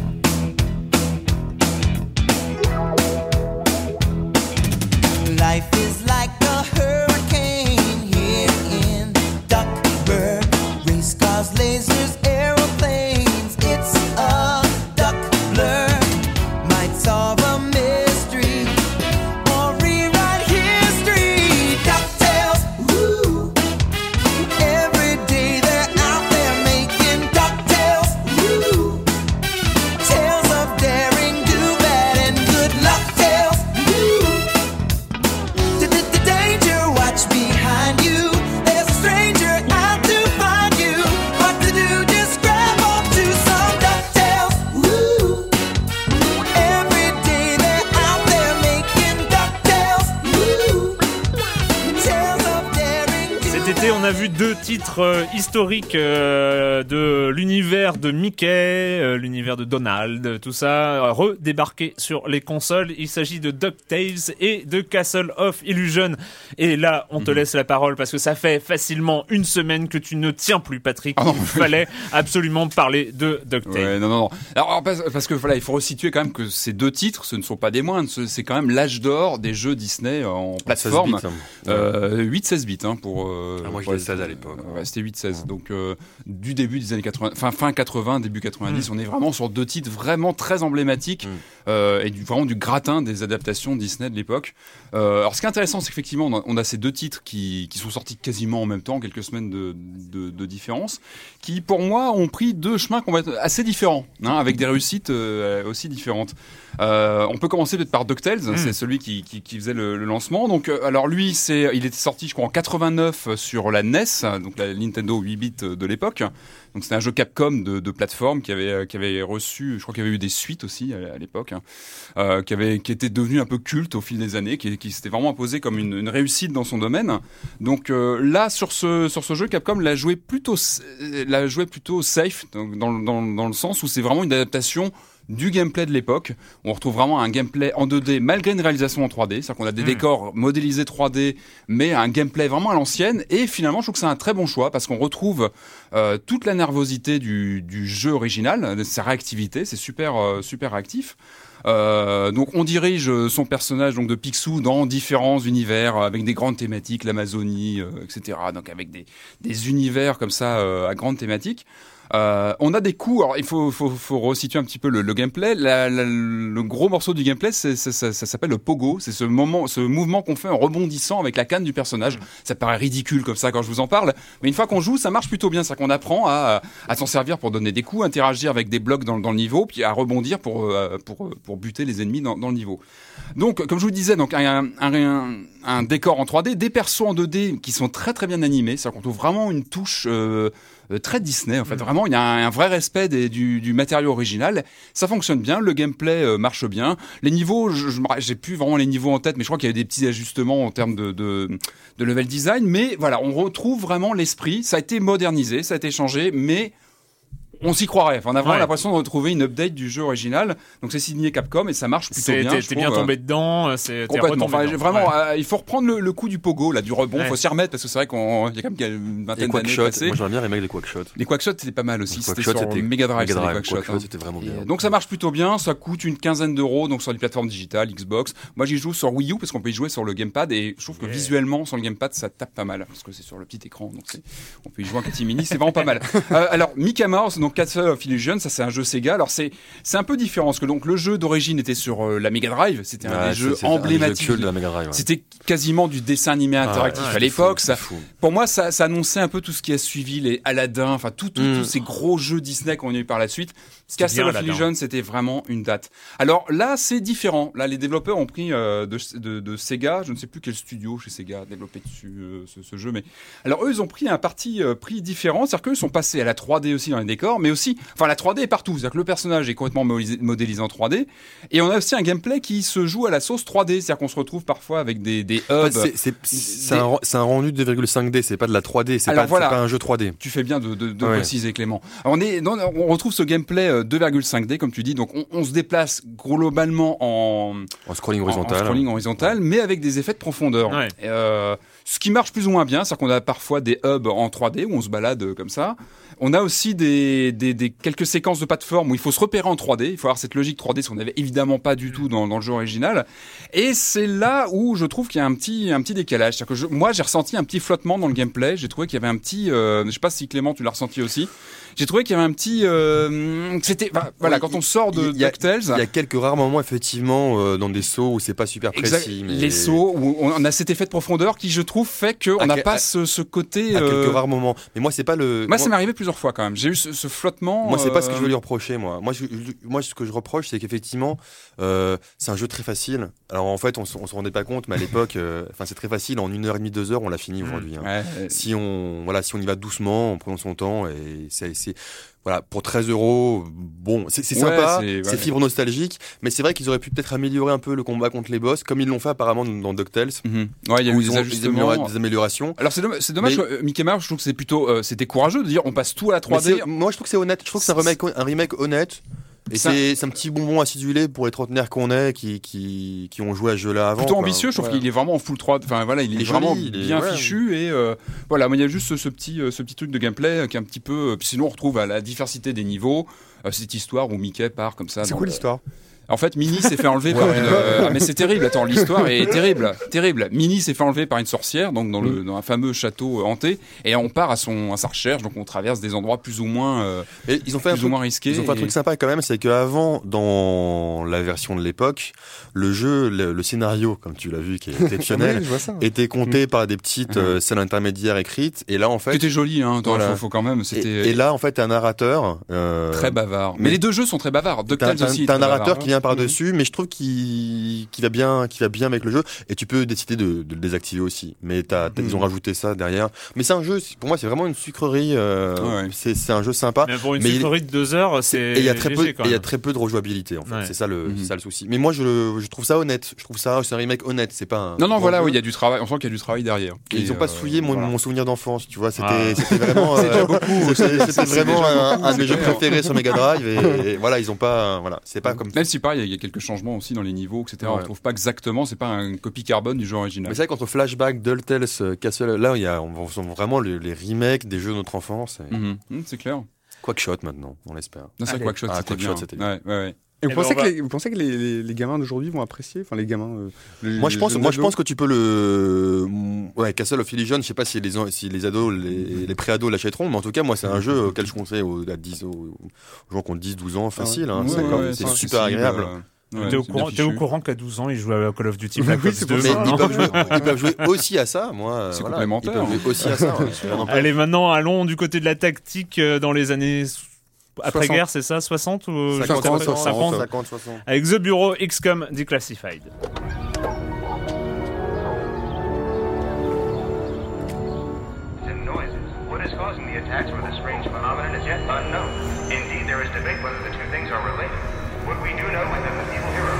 Life is like a hurricane here in Duckburg. Race cars, lasers, aeroplanes. It's a duck blur. Might solve a mystery or rewrite history. DuckTales, woo. Every day they're out there making DuckTales, woo. Tales of daring, do bad, and good luck tales, woo. Danger, watch behind you. There's a stranger out to find you. What to do? Just grab onto some DuckTales. Woo! Every day they're out there making DuckTales. Woo! Tales of daring. Cet été, on a vu deux titres euh, historiques euh, de l'univers de Mickey, euh, l'univers de Donald, tout ça, euh, redébarqué sur les consoles. Il s'agit de DuckTales et de Castle of Illusion. Et là, on te laisse la parole parce que ça fait facilement une semaine que tu ne tiens plus, Patrick. Ah non. Il fallait absolument parler de DuckTales. Ouais, non, non, non. Alors, alors, parce, parce que voilà, il faut resituer quand même que ces deux titres, ce ne sont pas des moindres. Ce- C'est quand même l'âge d'or des jeux Disney en plateforme. seize bits, hein. Euh, huit seize bits hein, pour. Euh, Ah, moi, je pour l'ai les- seize à l'époque. Ouais, c'était huit seize. Donc euh, du début des années quatre-vingts, fin fin quatre-vingts, début quatre-vingt-dix, on est vraiment sur deux titres vraiment très emblématiques Mm. euh, et du, vraiment du gratin des adaptations Disney de l'époque. Euh, alors ce qui est intéressant, c'est qu'effectivement on a, on a ces deux titres qui, qui sont sortis quasiment en même temps, quelques semaines de, de, de différence, qui pour moi ont pris deux chemins qu'on va être assez différents, hein, avec des réussites euh, aussi différentes. Euh, on peut commencer peut-être par DuckTales, Mm. c'est celui qui, qui, qui faisait le, le lancement. Donc, euh, alors lui, c'est, il était sorti, je crois, en quatre-vingt-neuf sur la N E S, donc la Nintendo huit bits de l'époque. Donc c'était un jeu Capcom de, de plateforme qui avait, euh, qui avait reçu, je crois qu'il y avait eu des suites aussi à, à l'époque, hein, euh, qui avait, qui était devenu un peu culte au fil des années, qui, qui s'était vraiment imposé comme une, une réussite dans son domaine. Donc euh, là, sur ce, sur ce jeu, Capcom l'a joué plutôt, l'a joué plutôt safe, donc dans, dans, dans le sens où c'est vraiment une adaptation du gameplay de l'époque. On retrouve vraiment un gameplay en deux D malgré une réalisation en trois D, c'est-à-dire qu'on a des Mmh. décors modélisés trois D, mais un gameplay vraiment à l'ancienne. Et finalement, je trouve que c'est un très bon choix parce qu'on retrouve euh, toute la nervosité du, du jeu original, sa réactivité, c'est super euh, super réactif. Euh, donc on dirige son personnage donc de Picsou dans différents univers avec des grandes thématiques, l'Amazonie, euh, et cetera. Donc avec des, des univers comme ça euh, à grandes thématiques. Euh, on a des coups. Alors il faut, faut, faut resituer un petit peu le, le gameplay. La, la, le gros morceau du gameplay, c'est, c'est, ça, ça s'appelle le pogo. C'est ce moment, ce mouvement qu'on fait en rebondissant avec la canne du personnage. Ça paraît ridicule comme ça quand je vous en parle, mais une fois qu'on joue, ça marche plutôt bien. C'est-à-dire qu'on apprend à, à s'en servir pour donner des coups, interagir avec des blocs dans, dans le niveau, puis à rebondir pour, pour, pour buter les ennemis dans, dans le niveau. Donc, comme je vous disais, donc un, un, un, un décor en trois D, des persos en deux D qui sont très très bien animés. C'est-à-dire qu'on trouve vraiment une touche euh, très Disney. En fait, mmh. Vraiment, il y a un, un vrai respect des, du, du matériau original. Ça fonctionne bien, le gameplay euh, marche bien. Les niveaux, je, je, j'ai plus vraiment les niveaux en tête, mais je crois qu'il y a des petits ajustements en termes de, de, de level design. Mais voilà, on retrouve vraiment l'esprit. Ça a été modernisé, ça a été changé, mais on s'y croirait. Enfin, on a vraiment Ouais. l'impression de retrouver une update du jeu original. Donc c'est signé Capcom et ça marche plutôt C'est- bien. T'es je t'es bien trouve, tombé dedans, euh, c'est t'es Complètement. retombé Enfin, dedans. vraiment, Ouais. euh, il faut reprendre le, le coup du pogo, là, du rebond. Il Ouais. faut s'y remettre parce que c'est vrai qu'on il y a quand même une Les vingtaine d'années Quackshot, passées. moi j'aimerais bien remake les Quackshot. Les Quackshot, c'était pas mal aussi. Les C'était Quackshot, sur c'était Mega Drive, Mega c'était les Drive, Quackshot. Quackshot, hein. c'était vraiment Et, bien. euh, donc ça marche plutôt bien. Ça coûte une quinzaine d'euros. Donc sur les plateformes digitales, Xbox. Moi, j'y joue sur Wii U parce qu'on peut y jouer sur le gamepad et je trouve que Yeah. visuellement sur le gamepad, ça tape pas mal parce que c'est sur le petit écran. Donc c'est, on peut y jouer en catimini, c'est vraiment pas mal. Euh, alors Mickey Mouse, donc Castle of Illusion, ça c'est un jeu Sega. Alors c'est c'est un peu différent parce que donc le jeu d'origine était sur euh, la Mega Drive. C'était un Ouais, des c'est- jeux c'est un des jeux emblématiques. cultes de la Mega Drive. ouais. C'était quasiment du dessin animé interactif Ah ouais, à c'était l'époque. fou, Ça, c'était fou. pour moi, ça, ça annonçait un peu tout ce qui a suivi, les Aladdin, enfin tout, tout- Mm. tous ces gros jeux Disney qu'on a eu par la suite. C'était Castle bien of Aladdin. Illusion, c'était vraiment une date. Alors là, c'est différent. Là, les développeurs ont pris euh, de, de, de Sega, je ne sais plus quel studio chez Sega a développé dessus euh, ce, ce jeu, mais alors eux, ils ont pris un parti euh, pris différent, c'est-à-dire qu'eux sont passés à la trois D aussi dans les décors, mais aussi, enfin la trois D est partout, c'est-à-dire que le personnage est complètement modélisé- modélisé en trois D, et on a aussi un gameplay qui se joue à la sauce trois D, c'est-à-dire qu'on se retrouve parfois avec des, des En hubs. fait, c'est- c'est c'est un, c'est un rendu de deux virgule cinq D, c'est pas de la trois D, c'est Alors pas, voilà. c'est pas un jeu trois D. Tu fais bien de, de, de Ouais. préciser, Clément. Alors, on, est, non, on retrouve ce gameplay euh, deux virgule cinq D, comme tu dis. Donc, on, on se déplace globalement en, En scrolling en- en horizontal. scrolling horizontal, mais avec des effets de profondeur. Ouais. Euh, ce qui marche plus ou moins bien, c'est qu'on a parfois des hubs en trois D où on se balade euh, comme ça. On a aussi des, des, des quelques séquences de plateforme où il faut se repérer en trois D. Il faut avoir cette logique trois D, ce qu'on n'avait évidemment pas du tout dans, dans le jeu original. Et c'est là où je trouve qu'il y a un petit, un petit décalage. C'est-à-dire que je- moi, j'ai ressenti un petit flottement dans le gameplay. J'ai trouvé qu'il y avait un petit, euh, je sais pas si Clément, tu l'as ressenti aussi. J'ai trouvé qu'il y avait un petit, euh, c'était, bah, voilà, Oui, quand on sort de il y a- DuckTales. Il y a quelques rares moments, effectivement, euh, dans des sauts où c'est pas super Exact. précis. Mais Les sauts où on a cet effet de profondeur qui, je trouve, fait qu'on À n'a quel- pas à- ce, ce côté. À euh, quelques rares moments. Mais moi, c'est pas le. Moi, ça m'est arrivé plusieurs fois quand même. J'ai eu ce, ce flottement. Moi, c'est pas ce que euh, je veux lui reprocher, moi. Moi, je- je- moi ce que je reproche, c'est qu'effectivement, euh, c'est un jeu très facile. Alors, en fait, on, s- on se rendait pas compte, mais à l'époque, euh, enfin, c'est très facile. En une heure et demie, deux heures, on l'a fini aujourd'hui. hein. Ouais, euh, Si on, voilà, si on y va doucement, en prenant son temps, et c'est, c'est, voilà, pour treize euros, bon, c'est, c'est Ouais, sympa, c'est- c'est, ouais. fibre nostalgique, mais c'est vrai qu'ils auraient pu peut-être améliorer un peu le combat contre les boss, comme ils l'ont fait apparemment dans, dans DuckTales. mhm. Ouais, il y a où eu ils des ont ajustements. des, des améliorations. Alors c'est dommage, c'est dommage Mais- que, euh, Mickey Mouse, je trouve que c'est plutôt, euh, c'était courageux de dire on passe tout à la trois D. Mais c'est- moi, je trouve que c'est honnête. Je trouve que c'est un remake, un remake honnête. Et Ça- c'est, c'est un petit bonbon acidulé pour les trentenaires qu'on est, qui, qui, qui ont joué à ce jeu-là avant. Plutôt quoi. ambitieux, je trouve Voilà. qu'il est vraiment en full trois D. Enfin voilà, il est, Il est vraiment joli, il est- bien ouais. fichu et euh, voilà. Mais il y a juste ce, ce petit, euh, ce petit truc de gameplay euh, qui est un petit peu. euh, puis sinon, on retrouve à la diversité des niveaux euh, cette histoire où Mickey part comme ça. C'est dans quoi le- l'histoire? En fait, Minnie s'est fait enlever par une. euh, ah, mais c'est terrible. Attends, l'histoire est terrible, terrible. Minnie s'est fait enlever par une sorcière, donc dans le dans un fameux château euh, hanté, et on part à son à sa recherche. Donc on traverse des endroits plus ou moins euh, Et ils ont fait un plus ou truc, moins risqués. ils ont fait un et- truc sympa quand même, c'est qu'avant, dans la version de l'époque, le jeu, le, le scénario, comme tu l'as vu, qui est exceptionnel, Ouais, je vois ça. était compté par des petites euh, scènes intermédiaires écrites. Et là, en fait, C'était joli, hein. Attends, Voilà. faut, faut quand même. et, C'était et là, en fait, t'as un narrateur. euh, très bavard. Mais, mais- les deux jeux sont très bavards. T'as, DuckTales t'as- aussi. est t'as un très narrateur bavard. qui vient par-dessus, mais je trouve qu'il, qu'il va bien, qu'il va bien avec le jeu. Et tu peux décider de, de le désactiver aussi. Mais t'as, t'as- Mhm. ils ont rajouté ça derrière. Mais c'est un jeu, c'est- pour moi, c'est vraiment une sucrerie. euh, Ouais. c'est, c'est un jeu sympa. Mais pour une Mais il- sucrerie de deux heures, c'est Et il y a très peu, léger, et quand il y a même. très peu de rejouabilité en fait. Ouais. C'est ça le, Mhm. c'est ça le souci. Mais moi, je, je trouve ça honnête. Je trouve ça, c'est un remake honnête. C'est pas un. Non, non, grand voilà, jeu. oui, il y a du travail. On sent qu'il y a du travail derrière. Et ils Et, ont pas euh, souillé mon, voilà. mon souvenir d'enfance, tu vois. C'était, Ah. c'était vraiment. C'est déjà euh, beaucoup. C'était, c'était C'est vraiment déjà un, beaucoup, un de mes c'est jeux clair. préférés sur Mega Drive. Et, et voilà, ils ont pas, voilà, c'est pas comme. Même si pareil, il y a quelques changements aussi dans les niveaux, et cetera. On Ouais. retrouve pas exactement, c'est pas une copie carbone du jeu original. Mais c'est vrai qu'entre Flashback, DuckTales, euh, Castle, là, il y a, on sent vraiment les, les remakes des jeux de notre enfance. Et Mhm. Mhm, c'est clair. Quackshot maintenant, on l'espère. Non, c'est Allez. Quackshot, Ah, c'était Quackshot, bien. c'était Ouais, ouais, ouais. Et vous, Eh ben, pensez on va- que les, vous pensez que les, les, les gamins d'aujourd'hui vont apprécier? Enfin, les gamins. euh, les- Moi je les pense, jeunes moi je ados pense que tu peux le, ouais, Castle of Illusion. Je sais pas si les si les ados, les, les pré-ados l'achèteront, mais en tout cas moi c'est un jeu auquel je conseille aux, à dix, aux, aux gens qui ont dix douze ans facile. Hein, Ouais, c'est ouais, comme- ouais, c'est c'est super accessible, agréable. euh, ouais, T'es au c'est courant, bien t'es au fichu. courant qu'à douze ans, ils jouent à Call of Duty Black Oui, Ops c'est deux. pour Mais ça. ils hein. peuvent, jouer, ils peuvent jouer aussi à ça, moi. C'est voilà, complémentaire. Ils peuvent jouer aussi à ça. ouais. Ça n'empêche- Allez, maintenant, allons du côté de la tactique euh, dans les années après-guerre, c'est ça, soixante ou cinquante, soixante, cinquante, cinquante, soixante. avec The Bureau, X COM, Declassified. and noises. What is causing the attacks or the strange phenomenon is yet unknown. Indeed, there is debate whether the two things are related. What we do know is that the evil hero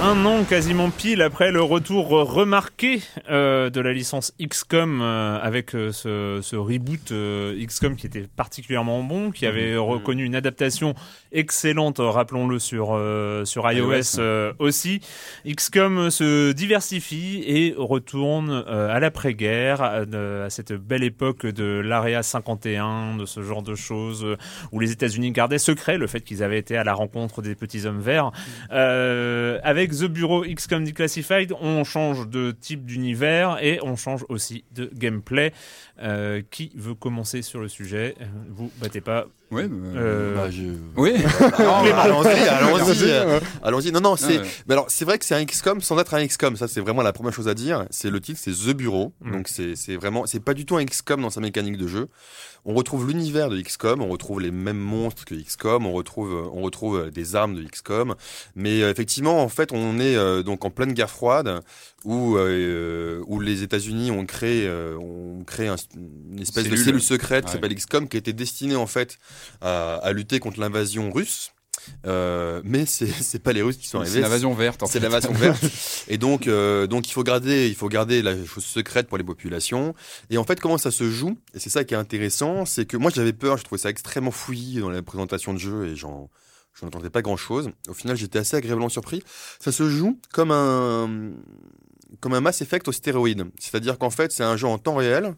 Un an quasiment pile après le retour remarqué euh, de la licence X COM euh, avec euh, ce, ce reboot euh, X COM qui était particulièrement bon, qui avait mmh, reconnu mmh. une adaptation excellente, rappelons-le, sur, euh, sur iOS, iOS euh, aussi. X COM se diversifie et retourne euh, à l'après-guerre, à, à cette belle époque de l'Area cinquante et un, de ce genre de choses, euh, où les États-Unis gardaient secret le fait qu'ils avaient été à la rencontre des petits hommes verts. Euh, avec The Bureau X COM Declassified, on change de type d'univers et on change aussi de gameplay. Euh, qui veut commencer sur le sujet ? Vous battez pas. Oui, euh... bah, je... oui. non, mais allons-y, allons-y, euh, allons-y. Non, non, c'est. Ah ouais. Mais alors, c'est vrai que c'est un X COM sans être un X COM. Ça, c'est vraiment la première chose à dire. C'est le titre, c'est The Bureau. Mm. Donc, c'est, c'est vraiment, c'est pas du tout un X COM dans sa mécanique de jeu. On retrouve l'univers de X COM, on retrouve les mêmes monstres que X COM, on retrouve, on retrouve des armes de X COM. Mais euh, effectivement, en fait, on est euh, donc en pleine guerre froide où euh, où les États-Unis ont créé, euh, ont créé un, une espèce cellule. de cellule secrète qui ouais. s'appelle X COM, qui était destinée en fait à, à lutter contre l'invasion russe. Euh, mais c'est c'est pas les Russes qui sont arrivés. C'est l'invasion verte. En c'est fait. l'invasion verte. Et donc euh, donc il faut garder il faut garder la chose secrète pour les populations. Et en fait comment ça se joue ? Et c'est ça qui est intéressant, c'est que moi j'avais peur, je trouvais ça extrêmement fouillis dans la présentation de jeu et j'en je n'entendais pas grand chose. Au final j'étais assez agréablement surpris. Ça se joue comme un comme un Mass Effect aux stéroïdes. C'est-à-dire qu'en fait c'est un jeu en temps réel.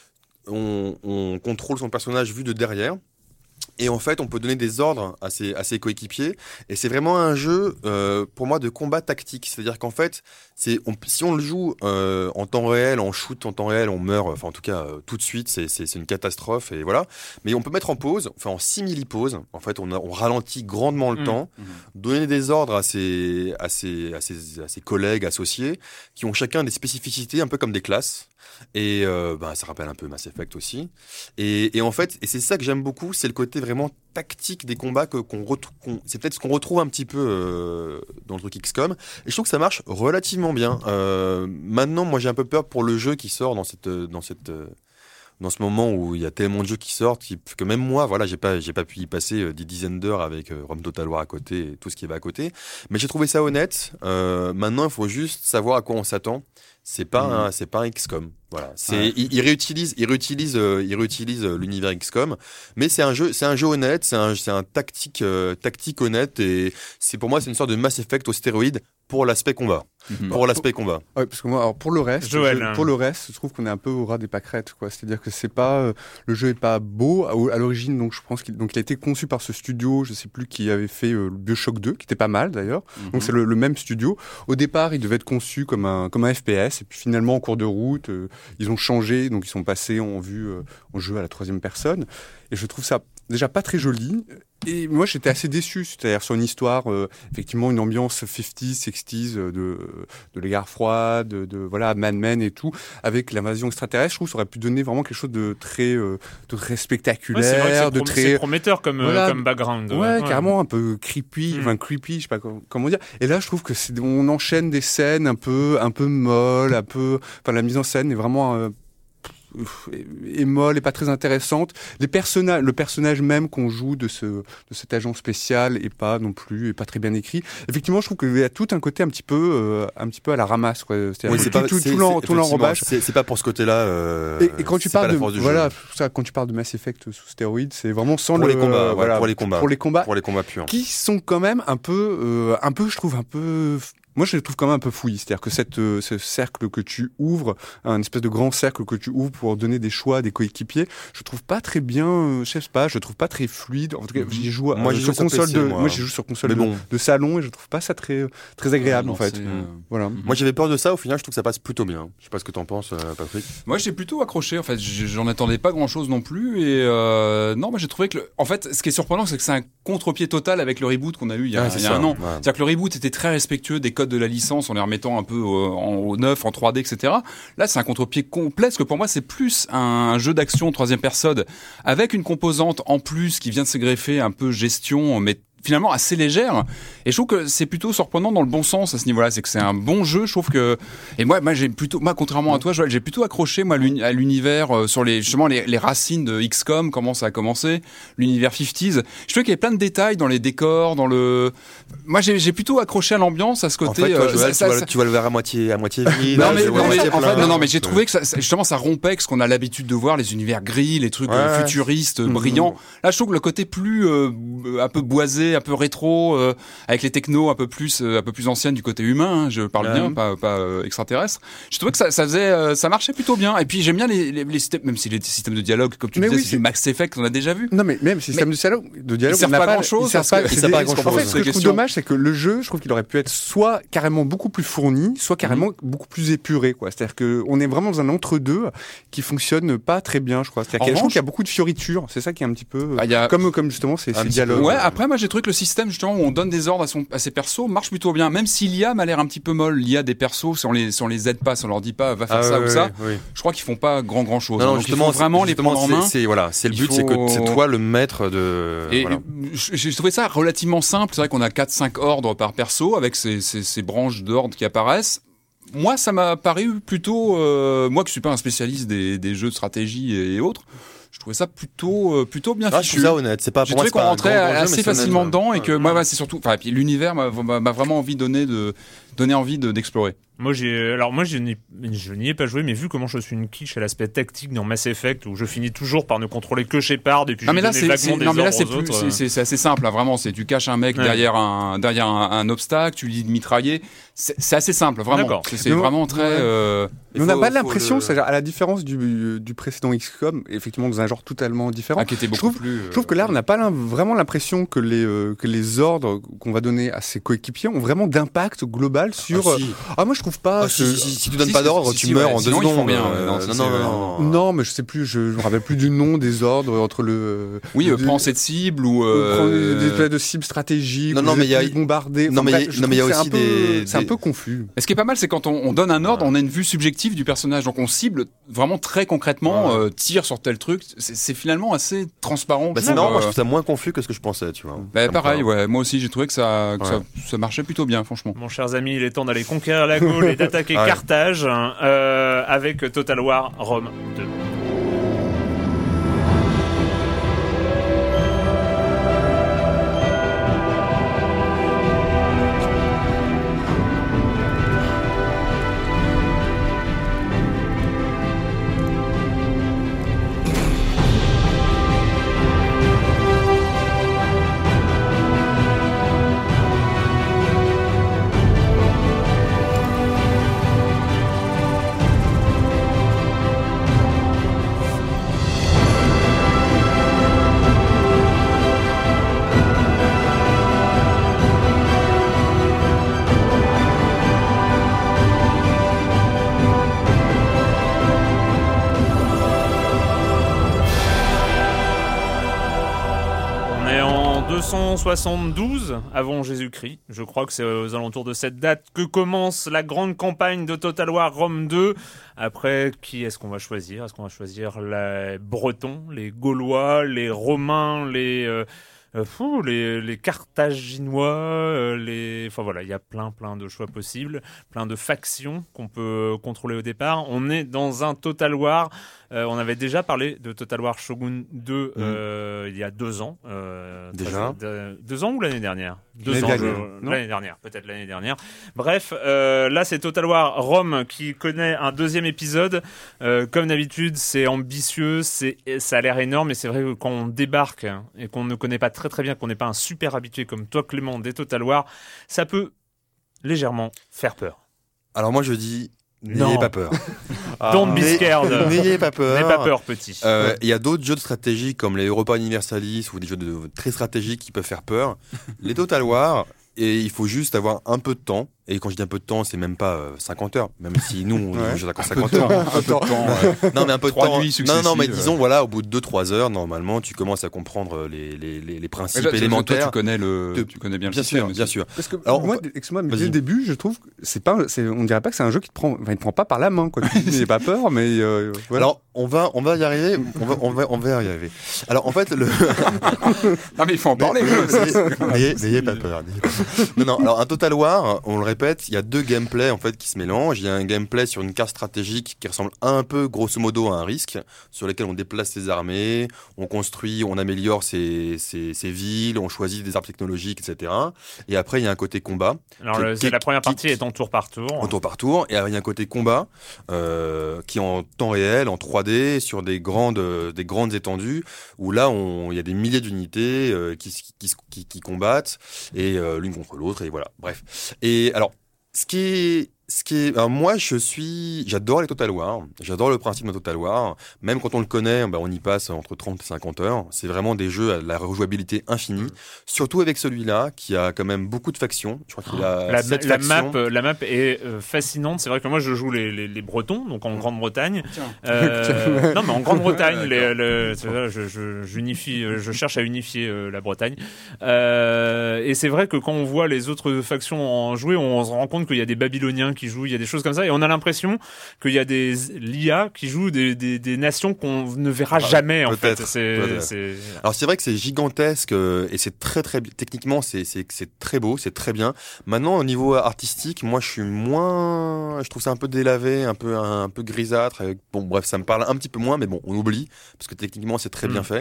On, on contrôle son personnage vu de derrière. Et en fait, on peut donner des ordres à ses, à ses coéquipiers. Et c'est vraiment un jeu, euh, pour moi, de combat tactique. C'est-à-dire qu'en fait, c'est, on, si on le joue euh, en temps réel, en shoot en temps réel, on meurt. Enfin, en tout cas, euh, tout de suite, c'est, c'est, c'est une catastrophe. Et voilà. Mais on peut mettre en pause, enfin en simili-pause. En fait, on, a, on ralentit grandement le mmh, temps, mmh. donner des ordres à ses, à ses, à ses, à ses collègues associés, qui ont chacun des spécificités, un peu comme des classes. Et euh, bah, ça rappelle un peu Mass Effect aussi. Et, et en fait, et c'est ça que j'aime beaucoup, c'est le côté vraiment tactique des combats que qu'on retrouve. Qu'on, c'est peut-être ce qu'on retrouve un petit peu euh, dans le truc X COM. Et je trouve que ça marche relativement bien. Euh, maintenant, moi, j'ai un peu peur pour le jeu qui sort dans cette dans cette dans ce moment où il y a tellement de jeux qui sortent qui, que même moi, voilà, j'ai pas j'ai pas pu y passer euh, des dizaines d'heures avec euh, Rome Total War à côté et tout ce qui va à côté. Mais j'ai trouvé ça honnête. Euh, maintenant, il faut juste savoir à quoi on s'attend. C'est pas mmh. un, c'est pas un X COM. Voilà. C'est, ouais. il, il réutilise, il réutilise, euh, il réutilise euh, l'univers X COM, mais c'est un jeu, c'est un jeu honnête, c'est un, c'est un tactique, euh, tactique honnête et c'est pour moi c'est une sorte de Mass Effect aux stéroïdes pour l'aspect combat. Mmh. Pour l'aspect combat. Ouais, parce que moi, alors pour le reste, Joël, je, hein. pour le reste, je trouve qu'on est un peu au ras des pâquerettes, quoi. C'est-à-dire que c'est pas, euh, le jeu est pas beau à, à l'origine, donc je pense qu'il, donc il a été conçu par ce studio, je sais plus qui avait fait euh, BioShock deux, qui était pas mal d'ailleurs. Mmh. Donc c'est le, le même studio. Au départ, il devait être conçu comme un, comme un F P S, et puis finalement en cours de route, euh, ils ont changé, donc ils sont passés en vue, euh, en jeu à la troisième personne. Et je trouve ça déjà pas très joli. Et moi, j'étais assez déçu. C'est-à-dire sur une histoire, euh, effectivement, une ambiance cinquantaines, sixties de, de la guerre froide, de, de voilà, Mad Men et tout, avec l'invasion extraterrestre. Je trouve que ça aurait pu donner vraiment quelque chose de très, euh, de très spectaculaire, ouais, c'est vrai que c'est de prom- très c'est prometteur comme, voilà, comme background. Ouais, ouais, carrément un peu creepy, mm. enfin creepy, je sais pas comment, comment dire. Et là, je trouve que c'est, on enchaîne des scènes un peu, un peu molles, un peu, enfin la mise en scène est vraiment euh, est molle et pas très intéressante. Les personnages, le personnage même qu'on joue de ce de cet agent spécial est pas non plus est pas très bien écrit. Effectivement, je trouve qu'il y a tout un côté un petit peu euh, un petit peu à la ramasse, quoi. C'est-à-dire oui, que c'est tout, pas, tout, c'est, tout, l'en, tout l'enrobage. C'est, c'est pas pour ce côté-là. Euh, et, et quand tu parles de voilà, ça, quand tu parles de Mass Effect sous stéroïdes, c'est vraiment sans pour le les combats, euh, voilà, pour les combats, pour les combats, pour les combats purs, qui sont quand même un peu, euh, un peu, je trouve un peu. Moi, je les trouve quand même un peu fouillis. C'est-à-dire que cette, euh, ce cercle que tu ouvres, un espèce de grand cercle que tu ouvres pour donner des choix à des coéquipiers, je trouve pas très bien, euh, je sais pas, je trouve pas très fluide. En tout cas, j'y joue, moi, euh, j'y sur joue console P C, de, moi. moi, j'y joue sur console de, bon. de salon et je trouve pas ça très, très agréable, ouais, non, en fait. Euh... Voilà. Moi, j'avais peur de ça. Au final, je trouve que ça passe plutôt bien. Je sais pas ce que t'en penses, euh, Patrick. Moi, j'ai plutôt accroché. En fait, j'en attendais pas grand-chose non plus. Et euh, non, moi, j'ai trouvé que, le... en fait, ce qui est surprenant, c'est que c'est un contre-pied total avec le reboot qu'on a eu il y a, ah, il y a un an. Ouais. C'est-à-dire que le reboot était très respectueux des codes de la licence en les remettant un peu au, en, au neuf, en trois D, et cetera. Là, c'est un contre-pied complet, parce que pour moi, c'est plus un jeu d'action troisième personne avec une composante en plus qui vient de se greffer, un peu gestion, mais finalement assez légère, et je trouve que c'est plutôt surprenant dans le bon sens à ce niveau-là. C'est que c'est un bon jeu. Je trouve que, et moi, moi j'ai plutôt, moi contrairement à toi, Joël, j'ai plutôt accroché moi l'uni- à l'univers euh, sur les justement les, les racines de X COM, comment ça a commencé, l'univers cinquantaise. Je trouve qu'il y a plein de détails dans les décors, dans le. Moi, j'ai, j'ai plutôt accroché à l'ambiance, à ce côté. En fait, toi, euh, Joël, ça- tu, vois, ça- tu vois le verre à moitié, à moitié vide. non là, mais, je vois non, mais, moitié en fait, plein. non, non, mais j'ai trouvé que ça, ça- justement ça rompait avec ce qu'on a l'habitude de voir, les univers gris, les trucs Ouais, euh, ouais. futuristes, Mhm. brillants. Là, je trouve que le côté plus euh, un peu boisé, un peu rétro, euh, avec les technos un peu plus euh, un peu plus anciennes du côté humain, hein, je parle Ouais. bien, pas pas euh, extraterrestre. Je trouvais que ça, ça faisait euh, ça marchait plutôt bien. Et puis j'aime bien les, les, les systèmes, même si les systèmes de dialogue, comme tu Mais disais, oui, c'est c'est- du Max Effect, on a déjà vu. Non, mais même système de dialogue, de dialogue, Ils servent on n'a pas pas grand-chose, ils servent parce pas, que- c'est ils servent des- pas à grand-chose. En fait, ce que je trouve Question. dommage, c'est que le jeu, je trouve qu'il aurait pu être soit carrément beaucoup plus fourni, soit carrément beaucoup plus épuré, quoi. C'est-à-dire que on est vraiment dans un entre-deux qui fonctionne pas très bien, je crois. C'est-à-dire En qu'il y a- je trouve revanche- qu'il y a beaucoup de fioritures. C'est ça qui est un petit peu, Ah, il y a- comme, comme justement ces, Un ces petit dialogues. peu. Ouais, après moi j'ai trouvé que le système justement où on donne des ordres à, son, à ses persos marche plutôt bien, même si l'I A m'a l'air un petit peu molle. L'I A des persos, si on les, si on les aide pas, si on leur dit pas va faire Ah, ça ouais, ou ça, ouais, ouais. je crois qu'ils font pas grand grand chose. Non, non, Donc justement, il faut vraiment les justement, prendre en c'est- main. C'est voilà, c'est le Il but, c'est que faut- c'est toi le maître de. Et voilà. je- j'ai trouvé ça relativement simple. C'est vrai qu'on a quatre cinq ordres par perso avec ces, ces, ces branches d'ordres qui apparaissent. Moi, ça m'a paru plutôt, euh, moi qui suis pas un spécialiste des, des jeux de stratégie et, et autres, je trouvais ça plutôt, euh, plutôt bien Ah, je fichu. trouve ça honnête. C'est pas. J'ai pour moi, trouvé c'est qu'on pas un rentrait grand, grand jeu, assez mais c'est facilement honnête, dedans ouais. et que moi, ouais, c'est surtout, enfin, et puis l'univers m'a, m'a, m'a vraiment envie donné de donner envie de, d'explorer. Moi, j'ai, alors moi, je n'y, je n'y ai pas joué, mais vu comment je suis une quiche à l'aspect tactique dans Mass Effect, où je finis toujours par ne contrôler que Shepard et puis Non mais je là donnais c'est, vaguement c'est- des non mais là ordres c'est aux plus, autres, c'est, euh. c'est, c'est assez simple, là, vraiment. C'est tu caches un mec Ouais. derrière un derrière un, un obstacle, tu lui dis de mitrailler. C'est, c'est assez simple, vraiment. D'accord. C'est, c'est Mais on- vraiment très. ouais. euh, Mais on n'a faut- pas faut l'impression, le- c'est-à-dire à la différence du, du précédent X COM, effectivement dans un genre totalement différent. ah, qui était beaucoup trouve- plus. Je trouve que là, on n'a pas l'im- vraiment l'impression que les, euh, que les ordres qu'on va donner à ses coéquipiers ont vraiment d'impact global sur. Ah, euh, si. Ah, moi, je trouve pas. Ah, si, ce- si, si, si tu donnes si, pas si, d'ordre, si, tu si, meurs ouais, en deux sinon, ils font secondes. rien, euh, non, ça, Non, c'est- non, non, non. Non, mais je sais plus, je, je me rappelle plus du nom des ordres entre le. Oui, euh, du- prends cette cible ou. ou prendre euh, des espèces de cibles stratégiques. Non, ou non, vous mais il y a- êtes plus bombardés. non, Enfin, mais bref, il y a- je non, mais il y a trouve que aussi c'est un peu- des- C'est un des- peu confus. Et ce qui est pas mal, c'est quand on, on donne un ordre, on a une vue subjective du personnage, donc on cible vraiment très concrètement, Ouais. euh, tire sur tel truc. C'est, c'est finalement assez transparent. Bah, je c'est trouve, marrant, moi euh, je trouve ça moins confus que ce que je pensais, tu vois. bah, Comme pareil, quoi. ouais. Moi aussi, j'ai trouvé que ça, que Ouais. ça, ça marchait plutôt bien, franchement. Mon chers amis, il est temps d'aller conquérir la Gaule et d'attaquer Ouais. Carthage hein, euh, avec Total War Rome deux. On est en deux cent soixante-douze avant Jésus-Christ. Je crois que c'est aux alentours de cette date que commence la grande campagne de Total War Rome deux. Après, qui est-ce qu'on va choisir ? Est-ce qu'on va choisir les Bretons, les Gaulois, les Romains, les... euh, euh, fou, les, les Carthaginois, euh, les... Enfin voilà, il y a plein plein de choix possibles, plein de factions qu'on peut contrôler au départ. On est dans un Total War. Euh, on avait déjà parlé de Total War Shogun deux euh, il y a deux ans. Euh, Déjà très- de- Deux ans ou l'année dernière Deux L'année ans, dernière, je- non l'année dernière, peut-être l'année dernière. Bref, euh, là c'est Total War Rome qui connaît un deuxième épisode. Euh, comme d'habitude, c'est ambitieux, c'est, ça a l'air énorme, mais c'est vrai que quand on débarque et qu'on ne connaît pas très très bien, qu'on n'est pas un super habitué comme toi Clément des Total War, ça peut légèrement faire peur. Alors moi je dis, n'ayez Non. pas peur. Don't be N'ayez- scared. N'ayez pas peur. N'aie pas peur, petit. Euh, Il y a d'autres jeux de stratégie comme les Europa Universalis ou des jeux de, très stratégiques qui peuvent faire peur. Les Total War, et il faut juste avoir un peu de temps Et quand je dis un peu de temps, c'est même pas euh, cinquante heures, même si nous, on Ouais. joue à cinquante heures. Un peu de temps. ouais. Non, mais un peu de Trois temps. nuits Non, non, mais successives, disons, voilà, au bout de deux trois heures, normalement, tu commences à comprendre les, les, les, les principes Mais là, élémentaires. Toi, tu connais le, de- tu connais bien le Bien système sûr, aussi. bien sûr. Parce que Alors, moi, on peut- excuse-moi, mais dès Vas-y. le début, je trouve que c'est pas, c'est, on dirait pas que c'est un jeu qui te prend, enfin, il te prend pas par la main, quoi. N'ayez pas peur, mais euh, voilà. Alors, on va, on va y arriver. On va, on va, on va y arriver. Alors, en fait, le. Non, mais il faut en parler. N'ayez n'ayez pas peur. n'ayez pas peur. Non, non. Alors, un Total War, on le répète, il y a deux gameplays en fait qui se mélangent. Il y a un gameplay sur une carte stratégique qui ressemble un peu, grosso modo, à un risque, sur lequel on déplace ses armées, on construit, on améliore ses, ses, ses villes, on choisit des armes technologiques, et cetera. Et après, il y a un côté combat. Alors, Qui- le- qui- c'est la première qui- partie est en tour par tour. En tour par tour, et il y a un côté combat euh, qui est en temps réel, en trois D, sur des grandes, euh, des grandes étendues, où là, on- il y a des milliers d'unités euh, qui, s- qui, s- qui, qui combattent, et euh, l'une contre l'autre, et voilà, bref. Et alors, ce qui est... Ce qui est, alors moi, je suis, j'adore les Total War. J'adore le principe d'un Total War. Même quand on le connaît, ben on y passe entre trente et cinquante heures. C'est vraiment des jeux à la rejouabilité infinie. Surtout avec celui-là, qui a quand même beaucoup de factions. Je crois qu'il a La, sept la factions. map, la map est euh, fascinante. C'est vrai que moi, je joue les, les, les Bretons, donc en Grande-Bretagne. Tiens. Euh, non, mais en Grande-Bretagne, D'accord. les- le- c'est ça, je, je, j'unifie, euh, je cherche à unifier euh, la Bretagne. Euh, et c'est vrai que quand on voit les autres factions en jouer, on se rend compte qu'il y a des Babyloniens qui jouent, il y a des choses comme ça, et on a l'impression qu'il y a des l'I A qui jouent des, des, des nations qu'on ne verra jamais en fait. peut-être, C'est, peut-être. c'est... Alors c'est vrai que c'est gigantesque euh, et c'est très très techniquement c'est c'est c'est très beau, c'est très bien. Maintenant au niveau artistique, moi je suis moins, je trouve ça un peu délavé, un peu un, un peu grisâtre. Avec, bon bref, ça me parle un petit peu moins, mais bon on oublie parce que techniquement c'est très Mm. bien fait.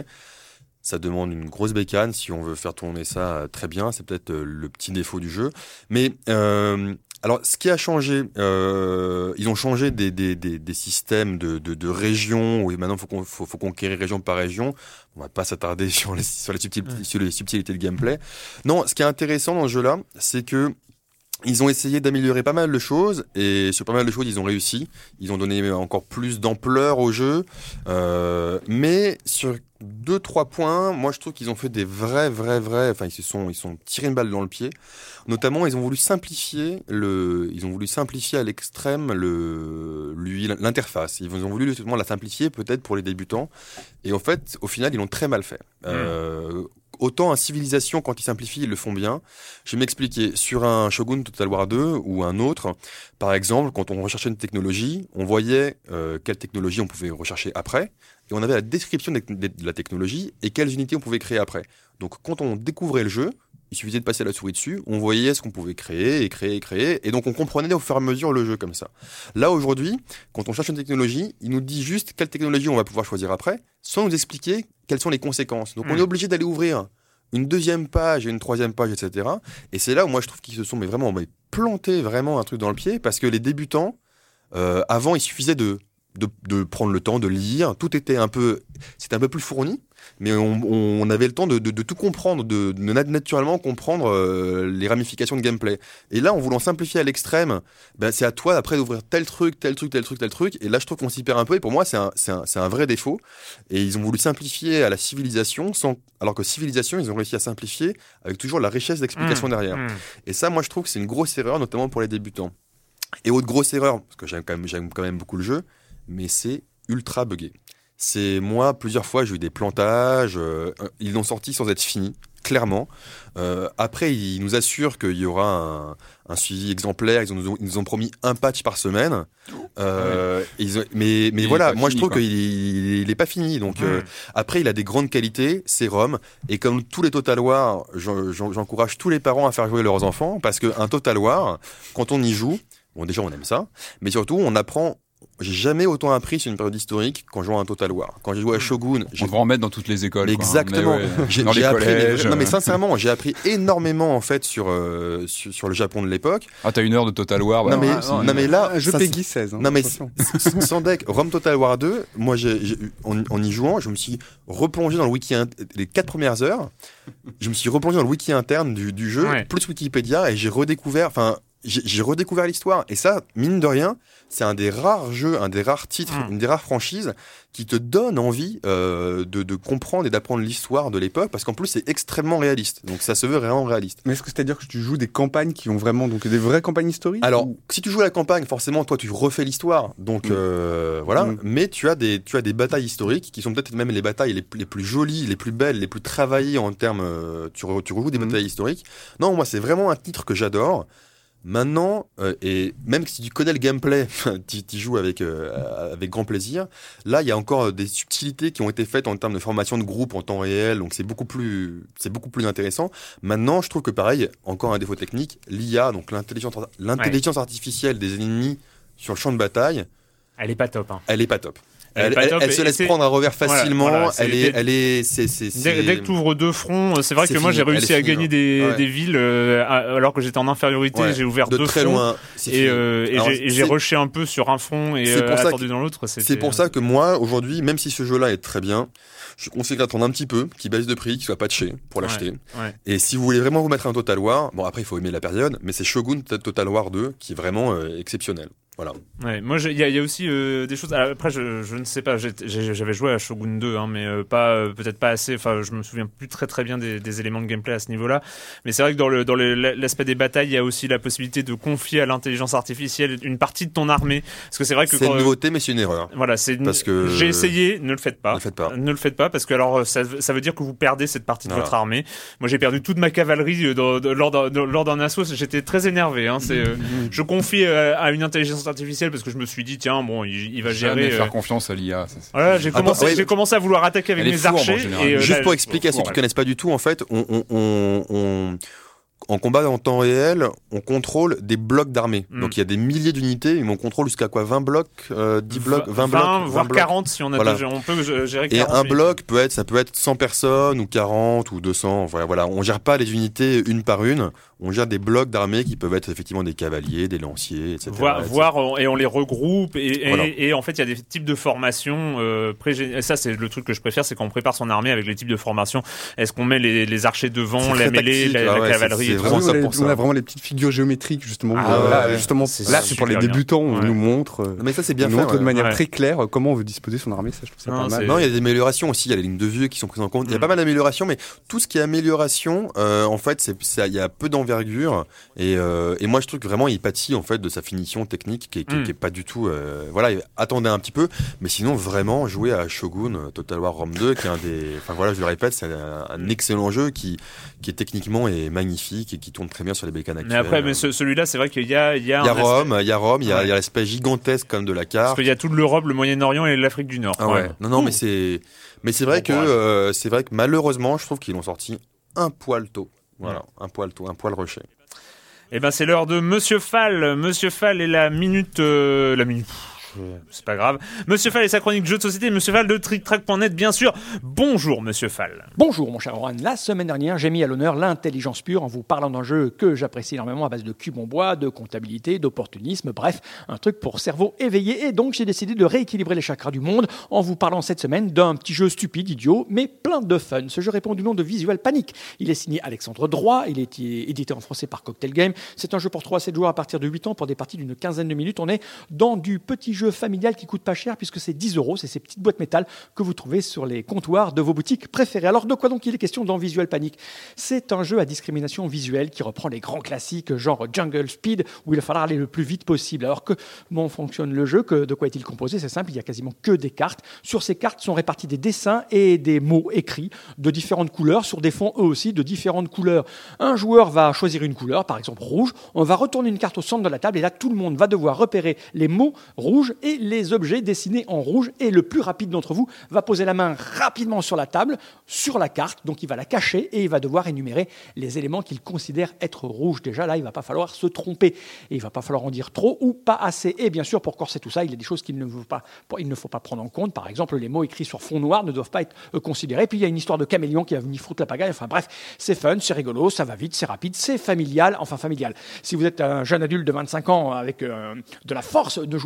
Ça demande une grosse bécane si on veut faire tourner ça euh, très bien. C'est peut-être euh, le petit défaut du jeu. Mais euh, alors, ce qui a changé, euh, ils ont changé des, des, des, des systèmes de, de, de régions où maintenant faut, qu'on, faut, faut conquérir région par région. On va pas s'attarder sur les, sur les subtilités, sur les subtilités de gameplay. Non, ce qui est intéressant dans ce jeu-là, c'est que ils ont essayé d'améliorer pas mal de choses et sur pas mal de choses ils ont réussi. Ils ont donné encore plus d'ampleur au jeu, euh, mais sur deux trois points, moi je trouve qu'ils ont fait des vrais vrais vrais. Enfin ils se sont ils sont tirés une balle dans le pied. Notamment ils ont voulu simplifier le ils ont voulu simplifier à l'extrême le lui l'interface. Ils ont voulu justement la simplifier peut-être pour les débutants et en fait au final ils l'ont très mal fait. Euh, Autant à Civilisation, quand ils simplifient, ils le font bien. Je vais m'expliquer. Sur un Shogun Total War deux ou un autre, par exemple, quand on recherchait une technologie, on voyait euh, quelle technologie on pouvait rechercher après, et on avait la description de de la technologie et quelles unités on pouvait créer après. Donc quand on découvrait le jeu, il suffisait de passer la souris dessus, on voyait ce qu'on pouvait créer et créer et créer, et donc on comprenait au fur et à mesure le jeu comme ça. Là aujourd'hui, quand on cherche une technologie, il nous dit juste quelle technologie on va pouvoir choisir après, sans nous expliquer quelles sont les conséquences. Donc Mm. on est obligé d'aller ouvrir une deuxième page et une troisième page, et cetera. Et c'est là où moi je trouve qu'ils se sont mais vraiment mais plantés vraiment un truc dans le pied, parce que les débutants, euh, avant il suffisait de, de, de prendre le temps de lire, tout était un peu, c'était un peu plus fourni, mais on, on avait le temps de, de, de tout comprendre, de, de nat- naturellement comprendre euh, les ramifications de gameplay. Et là, en voulant simplifier à l'extrême, ben, c'est à toi après d'ouvrir tel truc, tel truc, tel truc, tel truc. Et là, je trouve qu'on s'y perd un peu. Et pour moi, c'est un, c'est un, c'est un vrai défaut. Et ils ont voulu simplifier à la civilisation, sans, alors que civilisation, ils ont réussi à simplifier avec toujours la richesse d'explication Mmh, derrière. mmh. Et ça, moi, je trouve que c'est une grosse erreur, notamment pour les débutants. Et autre grosse erreur, parce que j'aime quand même, j'aime quand même beaucoup le jeu, mais c'est ultra buggé. C'est moi, plusieurs fois, j'ai eu des plantages. Euh, ils l'ont sorti sans être fini, clairement. Euh, après, ils nous assurent qu'il y aura un, un suivi exemplaire. Ils, ont, ils nous ont promis un patch par semaine. Euh, ils ont- mais mais Il est voilà, pas moi fini, je trouve quoi. qu'il il, il est pas fini. Donc euh, Mmh. après, il a des grandes qualités, c'est ROM. Et comme tous les Total War, j'en- j'en- j'encourage tous les parents à faire jouer leurs enfants, parce qu'un Total War, quand on y joue, bon déjà on aime ça, mais surtout on apprend. J'ai jamais autant appris sur une période historique qu'en jouant à un Total War. Quand j'ai joué à Shogun, On j'ai devrait en mettre dans toutes les écoles. quoi, hein. exactement. Mais ouais, J'ai, dans j'ai les appris, collèges. mais, non mais sincèrement, j'ai appris énormément en fait sur euh, sur, sur le Japon de l'époque. Ah, t'as une heure de Total War. bah, non mais ouais, c'est- non mais là, Un jeu ça, Peggy seize. Hein, non mais attention. s- s- sans deck, Rome Total War deux, moi j'ai, j'ai- en, en y jouant, je me suis replongé dans le wiki int- les quatre premières heures. Je me suis replongé dans le wiki interne du, du jeu, Ouais. plus Wikipédia, et j'ai redécouvert. Enfin, j'ai, j'ai redécouvert l'histoire. Et ça, mine de rien, c'est un des rares jeux, un des rares titres, mmh. une des rares franchises qui te donne envie euh, de, de comprendre et d'apprendre l'histoire de l'époque, parce qu'en plus, c'est extrêmement réaliste. Donc, ça se veut vraiment réaliste. Mais est-ce que c'est-à-dire que tu joues des campagnes qui ont vraiment donc des vraies campagnes historiques? Alors, ou... si tu joues à la campagne, forcément, toi, tu refais l'histoire. Donc, mmh. euh, voilà. Mmh. Mais tu as des, tu as des batailles historiques qui sont peut-être même les batailles les, les plus jolies, les plus belles, les plus travaillées en termes. Euh, tu, re, tu rejoues des mmh. batailles historiques. Non, moi, c'est vraiment un titre que j'adore. Maintenant, euh, et même si tu connais le gameplay, tu y joues avec, euh, avec grand plaisir. Là, il y a encore des subtilités qui ont été faites en termes de formation de groupe en temps réel, donc c'est beaucoup plus, c'est beaucoup plus intéressant. Maintenant, je trouve que pareil, encore un défaut technique, l'I A, donc l'intelligence, l'intelligence ouais. artificielle des ennemis sur le champ de bataille, elle est pas top. Hein. Elle est pas top. Elle, elle, elle, elle se laisse c'est... prendre un revers facilement. Voilà, voilà, elle est, elle est, c'est, c'est, c'est... Dès, dès que tu ouvres deux fronts, c'est vrai c'est que moi fini. j'ai réussi à finie, gagner des, ouais. des villes euh, alors que j'étais en infériorité. Ouais. J'ai ouvert de deux très fronts loin. Et, euh, et, Alors, j'ai, et j'ai rushé un peu sur un front et euh, attendu que, dans l'autre. C'était... C'est pour ça que moi aujourd'hui, même si ce jeu-là est très bien, je conseille d'attendre un petit peu, qu'il baisse de prix, qu'il soit patché pour l'acheter. Ouais, ouais. Et si vous voulez vraiment vous mettre un Total War, bon après il faut aimer la période, mais c'est Shogun Total War deux qui est vraiment euh, exceptionnel. Voilà. Ouais, moi, il y, y a aussi euh, des choses. Alors, après, je, je ne sais pas. J'ai, j'ai, j'avais joué à Shogun deux, hein, mais euh, pas euh, peut-être pas assez. Enfin, je me souviens plus très très bien des, des éléments de gameplay à ce niveau-là. Mais c'est vrai que dans le dans le, l'aspect des batailles, il y a aussi la possibilité de confier à l'intelligence artificielle une partie de ton armée. Parce que c'est vrai que c'est quand, une nouveauté, mais c'est une erreur. Voilà, c'est une... parce que j'ai essayé. Ne le faites pas. Ne le faites pas. Ne le faites pas parce que alors ça, ça veut dire que vous perdez cette partie de voilà. votre armée. Moi, j'ai perdu toute ma cavalerie dans, dans, lors, d'un, lors d'un assaut. J'étais très énervé. Hein, c'est, euh, je confie euh, à une intelligence artificielle parce que je me Je me suis dit tiens bon il, il va gérer. Jamais faire euh... confiance à l'I A. Ça, voilà, j'ai commencé, ah bah, ouais. j'ai commencé à vouloir attaquer avec Elle mes fourbe, archers. Et, euh, Juste là, pour expliquer à ceux qui ne connaissent pas du tout, en fait, on, on, on, on en combat en temps réel, on contrôle des blocs d'armée. Mm. Donc il y a des milliers d'unités, mais on contrôle jusqu'à quoi vingt blocs, euh, dix blocs, vingt, vingt blocs, voire blocs. quarante si on a voilà. deux, on peut gérer quarante. Et un bloc peut être, ça peut être cent personnes ou quarante ou deux cents. Voilà, voilà. On gère pas les unités une par une. On gère des blocs d'armée qui peuvent être effectivement des cavaliers, des lanciers, et cetera. Voir, et cetera. voir et on les regroupe et, et, voilà. et, et en fait il y a des types de formations. Euh, pré- ça c'est le truc que je préfère, c'est qu'on prépare son armée avec les types de formations. Est-ce qu'on met les, les archers devant, la mêlée, la, ah ouais, la cavalerie c'est, c'est et vraiment tout. ça on, a, pour ça. on a vraiment les petites figures géométriques justement. Ah, euh, là, ouais, justement, c'est là c'est pour les super débutants. bien. On ouais. nous montre. Euh, Mais ça c'est bien on fait. nous montre ouais. de manière ouais. très claire euh, comment on veut disposer son armée. Ça je trouve ça Non, pas mal. c'est... Non, il y a des améliorations aussi. Il y a les lignes de vue qui sont prises en compte. Il y a pas mal d'améliorations, mais tout ce qui est amélioration, euh, en fait, c'est, c'est, il y a peu d'envergure. Et, euh, et moi, je trouve que vraiment, il pâtit en fait de sa finition technique, qui est, qui, mm. qui est pas du tout. Euh, voilà, attendez un petit peu. Mais sinon, vraiment, jouer à Shogun Total War Rome deux, qui est un des. Enfin voilà, je le répète, c'est un, un excellent jeu qui, qui est techniquement est magnifique et qui tourne très bien sur les bécanes actuelles. Mais après, mais ce, celui-là, c'est vrai qu'il y a, il y a. Il y a un Rome, aspect... il y a Rome, il y a, ouais. il y a l'aspect gigantesque comme de la carte. Parce qu'il y a toute l'Europe, le Moyen-Orient et l'Afrique du Nord. Ah ouais. Non, non, Ouh. mais c'est, mais c'est vrai bon que, euh, c'est vrai que malheureusement, je trouve qu'ils l'ont sorti un poil tôt. Voilà, ouais. un poil tôt, un poil rushé. Eh ben, c'est l'heure de Monsieur Fall. Monsieur Fall et la minute, euh, la minute. C'est pas grave. Monsieur Fall et sa chronique jeux de société. Monsieur Fall de trick track point net, bien sûr. Bonjour, Monsieur Fall. Bonjour, mon cher Oran. La semaine dernière, j'ai mis à l'honneur l'intelligence pure en vous parlant d'un jeu que j'apprécie énormément à base de cubes en bois, de comptabilité, d'opportunisme, bref, un truc pour cerveau éveillé. Et donc, j'ai décidé de rééquilibrer les chakras du monde en vous parlant cette semaine d'un petit jeu stupide, idiot, mais plein de fun. Ce jeu répond du nom de Visual Panic. Il est signé Alexandre Droit. Il est édité en français par Cocktail Game. C'est un jeu pour trois à sept joueurs à partir de huit ans pour des parties d'une quinzaine de minutes. On est dans du petit jeu familial qui coûte pas cher puisque c'est dix euros, c'est ces petites boîtes métal que vous trouvez sur les comptoirs de vos boutiques préférées. Alors de quoi donc il est question dans Visual Panic ? C'est un jeu à discrimination visuelle qui reprend les grands classiques genre Jungle Speed où il va falloir aller le plus vite possible. Alors que comment fonctionne le jeu ? Que, de quoi est-il composé ? C'est simple, il y a quasiment que des cartes. Sur ces cartes sont répartis des dessins et des mots écrits de différentes couleurs sur des fonds eux aussi de différentes couleurs. Un joueur va choisir une couleur, par exemple rouge. On va retourner une carte au centre de la table et là tout le monde va devoir repérer les mots rouges et les objets dessinés en rouge et le plus rapide d'entre vous va poser la main rapidement sur la table, sur la carte, donc il va la cacher et il va devoir énumérer les éléments qu'il considère être rouges. Déjà là, il ne va pas falloir se tromper et il ne va pas falloir en dire trop ou pas assez. Et bien sûr, pour corser tout ça, il y a des choses qu'il ne faut pas, il ne faut pas prendre en compte. Par exemple, les mots écrits sur fond noir ne doivent pas être considérés. Puis il y a une histoire de caméléon qui va venir foutre la pagaille. Enfin bref, c'est fun, c'est rigolo, ça va vite, c'est rapide, c'est familial. Enfin familial. Si vous êtes un jeune adulte de vingt-cinq ans avec euh, de la force, ne jouez pas avec un enfant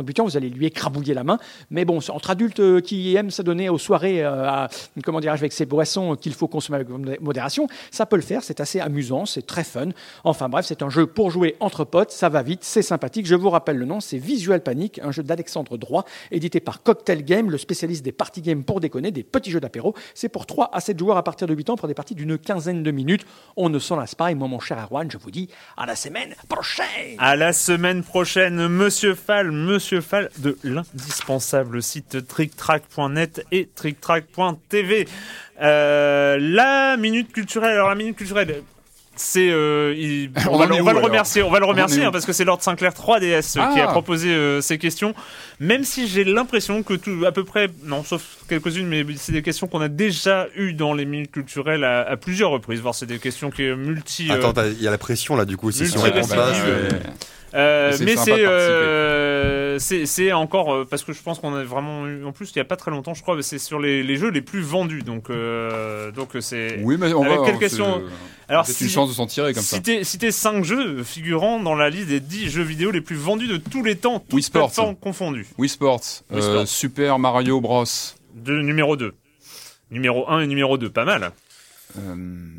débutant, vous allez lui écrabouiller la main. Mais bon, entre adultes euh, qui aiment s'adonner aux soirées, euh, à, comment dirais-je, avec ces boissons qu'il faut consommer avec modé- modération, ça peut le faire. C'est assez amusant, c'est très fun. Enfin bref, c'est un jeu pour jouer entre potes. Ça va vite, c'est sympathique. Je vous rappelle le nom, c'est Visual Panic, un jeu d'Alexandre Droit, édité par Cocktail Game, le spécialiste des party games pour déconner, des petits jeux d'apéro. C'est pour trois à sept joueurs à partir de huit ans pour des parties d'une quinzaine de minutes. On ne s'en lasse pas. Et moi, mon cher Erwan, je vous dis à la semaine prochaine. À la semaine prochaine, Monsieur Fall, Monsieur Fall de l'indispensable site trick track point net et trick track point t v. Euh, la minute culturelle. Alors la minute culturelle. C'est, euh, il- on, On va, en le- est on où, va le alors remercier, on va le On en remercier est où hein, parce que c'est Lord Sinclair trois D S Ah. qui a proposé euh, ces questions. Même si j'ai l'impression que tout, à peu près, non, sauf quelques-unes, mais c'est des questions qu'on a déjà eues dans les minutes culturelles à, à plusieurs reprises. Voire c'est des questions qui est multi. euh, Attends, t'as- il y a la pression là, du coup, si, si on Multi- répond pas. récidive. c'est- Euh, C'est mais sympa c'est, de euh, c'est c'est encore euh, parce que je pense qu'on a vraiment eu en plus il y a pas très longtemps je crois c'est sur les, les jeux les plus vendus donc euh, donc c'est Oui, mais on Avec va. quelle c'est- question c'est alors peut-être si une chance de s'en tirer comme ça. citer citer cinq jeux figurant dans la liste des dix jeux vidéo les plus vendus de tous les temps toutes Wii Sports. plateformes confondues. Wii Sports, Wii euh, Sports. Super Mario Bros. De numéro deux. Numéro un et numéro deux, pas mal. Euh,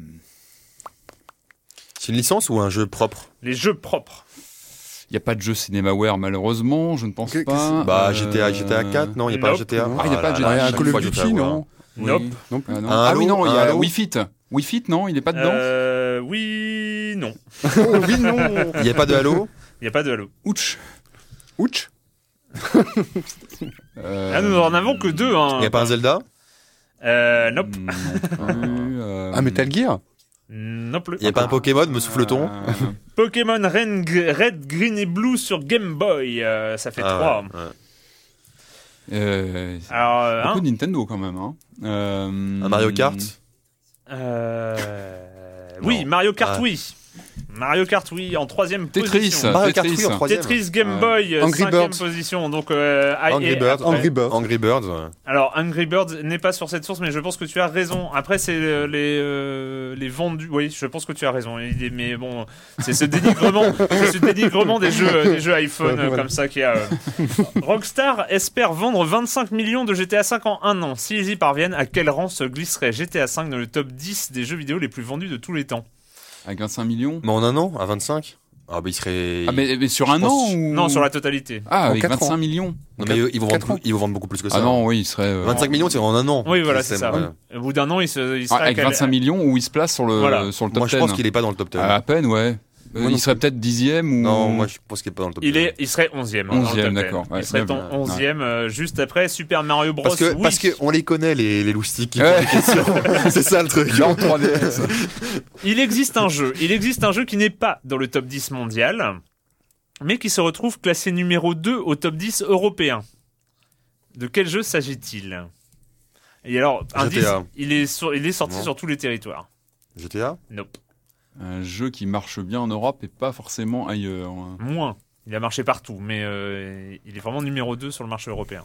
C'est une licence ou un jeu propre? Les jeux propres. Il n'y a pas de jeu CinemaWare malheureusement, je ne pense Que- que pas. Bah, Euh, G T A, G T A quatre, non, il n'y a pas nope. G T A. Ah, il n'y a pas de G T A. Ouais, un chaque Call fois, of je vais Duty, avoir. non Oui. Nope. Non plus. Ah, non. Un Ah oui, Halo, non, il y un a Halo. Wii Fit. Wii Fit, non, il n'est pas dedans. Euh, oui, non. oui, non. Il n'y a pas de Halo? Il n'y a pas de Halo. Ouch. Ouch. Euh, Ah, nous en avons que deux. Hein. Il n'y a pas un Zelda? Euh, nope. Non plus, euh, Ah, Metal Gear. Non plus. Il n'y a pas un Pokémon, me souffle-t-on? euh, Pokémon Red, Red, Green et Blue sur Game Boy. Euh, ça fait Ah, trois. ouais, ouais. euh, Alors, euh, beaucoup hein de Nintendo quand même. Hein. Euh, Un Mario Kart? Euh, Oui, Non. Mario Kart, Ah. oui. Mario Kart, oui, en troisième Tetris. position. Mario Kart, Tetris. oui, en troisième. Tetris Game Ouais. Boy, Angry cinquième Birds. position. Donc, euh, ah, Angry et Birds. après- Angry Birds. Angry Birds, ouais. Alors, Angry Birds n'est pas sur cette source, mais je pense que tu as raison. Après, c'est euh, les, euh, les vendus. Oui, je pense que tu as raison. Il est- Mais bon, c'est ce dénigrement, c'est ce dénigrement des jeux, euh, des jeux iPhone Ouais, euh, voilà. comme ça qui a. euh. Rockstar espère vendre vingt-cinq millions de G T A cinq en un an. S'ils y parviennent, à quel rang se glisserait G T A cinq dans le top dix des jeux vidéo les plus vendus de tous les temps? Avec vingt-cinq millions. Mais en un an, à vingt-cinq? Ah, bah, il serait. Ah, mais, mais sur Je un pense- an ou... Non, sur la totalité. Ah, En avec quatre vingt-cinq ans. millions. Non, mais ils vont, Quatre vendre, ans. ils vont vendre beaucoup plus que ça. Ah non, oui, il serait. euh, vingt-cinq millions, c'est en un an. Oui, voilà, Qui c'est sème, ça. ouais. Au bout d'un an, il, se, il ah, sera avec à quel- vingt-cinq millions où il se place sur le, Voilà. sur le top Moi, je dix. pense qu'il est pas dans le top dix. Ah, à peine, ouais. Euh, Moi non il serait peut-être dixième ou. Non, moi, je pense qu'il est pas dans le top Il, dix. est, il serait onzième. hein, dans le Onzième, top dix. d'accord, ouais. Il serait Ouais, en ouais. onzième, euh, juste après Super Mario Bros. Parce que, oui. parce que on les connaît, les, les loustiques qui Ouais. font des questions. C'est ça le truc. Genre trois D S. Il existe un jeu. Il existe un jeu qui n'est pas dans le top dix mondial, mais qui se retrouve classé numéro deux au top dix européen. De quel jeu s'agit-il? Et alors, G T A. indice, il est, sur- il est sorti Non. sur tous les territoires. G T A? Nope. Un jeu qui marche bien en Europe et pas forcément ailleurs. Moins. Il a marché partout, mais euh, il est vraiment numéro deux sur le marché européen.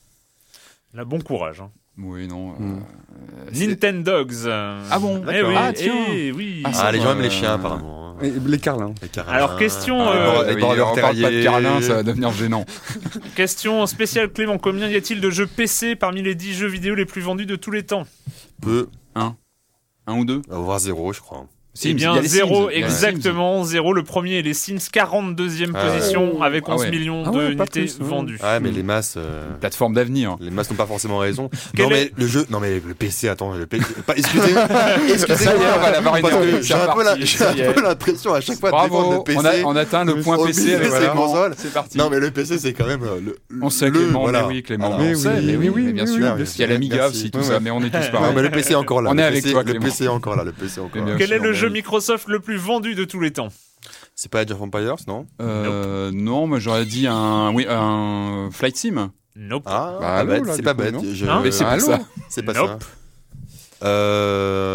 Là, bon courage. hein. Oui, non. euh, Mm. euh, c'est- Nintendogs. Ah bon, Eh d'accord. oui, Ah, tiens. eh oui. Ah, Ah, les gens aiment euh, les chiens, apparemment. Et les Carlins. Les carlins. Alors, question, Ah, les euh, bord- les oui, bordeurs on parle pas de terriers. Carlin, ça va devenir gênant. Question spéciale Clément. Combien y a-t-il de jeux P C parmi les dix jeux vidéo les plus vendus de tous les temps? Peu. Un ou deux. On va voir zéro, je crois. Sims, Eh il y bien, a les zéro, Sims, il y a les exactement, zéro. Le premier est les Sims, quarante-deuxième Ah ouais. position, avec Ah onze ouais. millions Ah ouais, pas d'unités plus, ouais. vendues. Ouais, mais les masses. euh, Plateforme d'avenir. Les masses n'ont pas forcément raison. Quel non, est- mais le jeu. Non, mais le P C, attends. Le P... pas, excusez. excusez Ça y est, on va l'avoir Parce énervé, que c'est j'ai un peu la- reparti. j'ai un Ça y est. peu l'impression à chaque fois de défendre Bravo, le P C. on a, on atteint le me point suis P C obligé, avec c'est voilà, console. c'est parti. Non, mais le P C, c'est quand même euh, le. On sait le, Clément, voilà. mais oui, Clément, Voilà. on Mais sait, oui, mais mais oui, oui, mais bien oui, sûr. oui, bien Il y a sûr. l'Amiga Merci. aussi, tout Ouais, ça, ouais. mais on est tous Non, pareils. mais le P C est encore là. On Le est avec P C toi, Le Clément. P C est encore là. Le P C est encore Eh là. bien, Quel est sûr, le mais jeu oui. Microsoft le plus vendu de tous les temps? C'est pas Age of Empires, non? Euh, non, mais j'aurais dit un, oui, un Flight Sim. Nope. Ah, Bah, pas Halo, bête, là, c'est du pas coup, bête. non Je- Hein Mais c'est pour Halo. ça. C'est pas Nope. ça.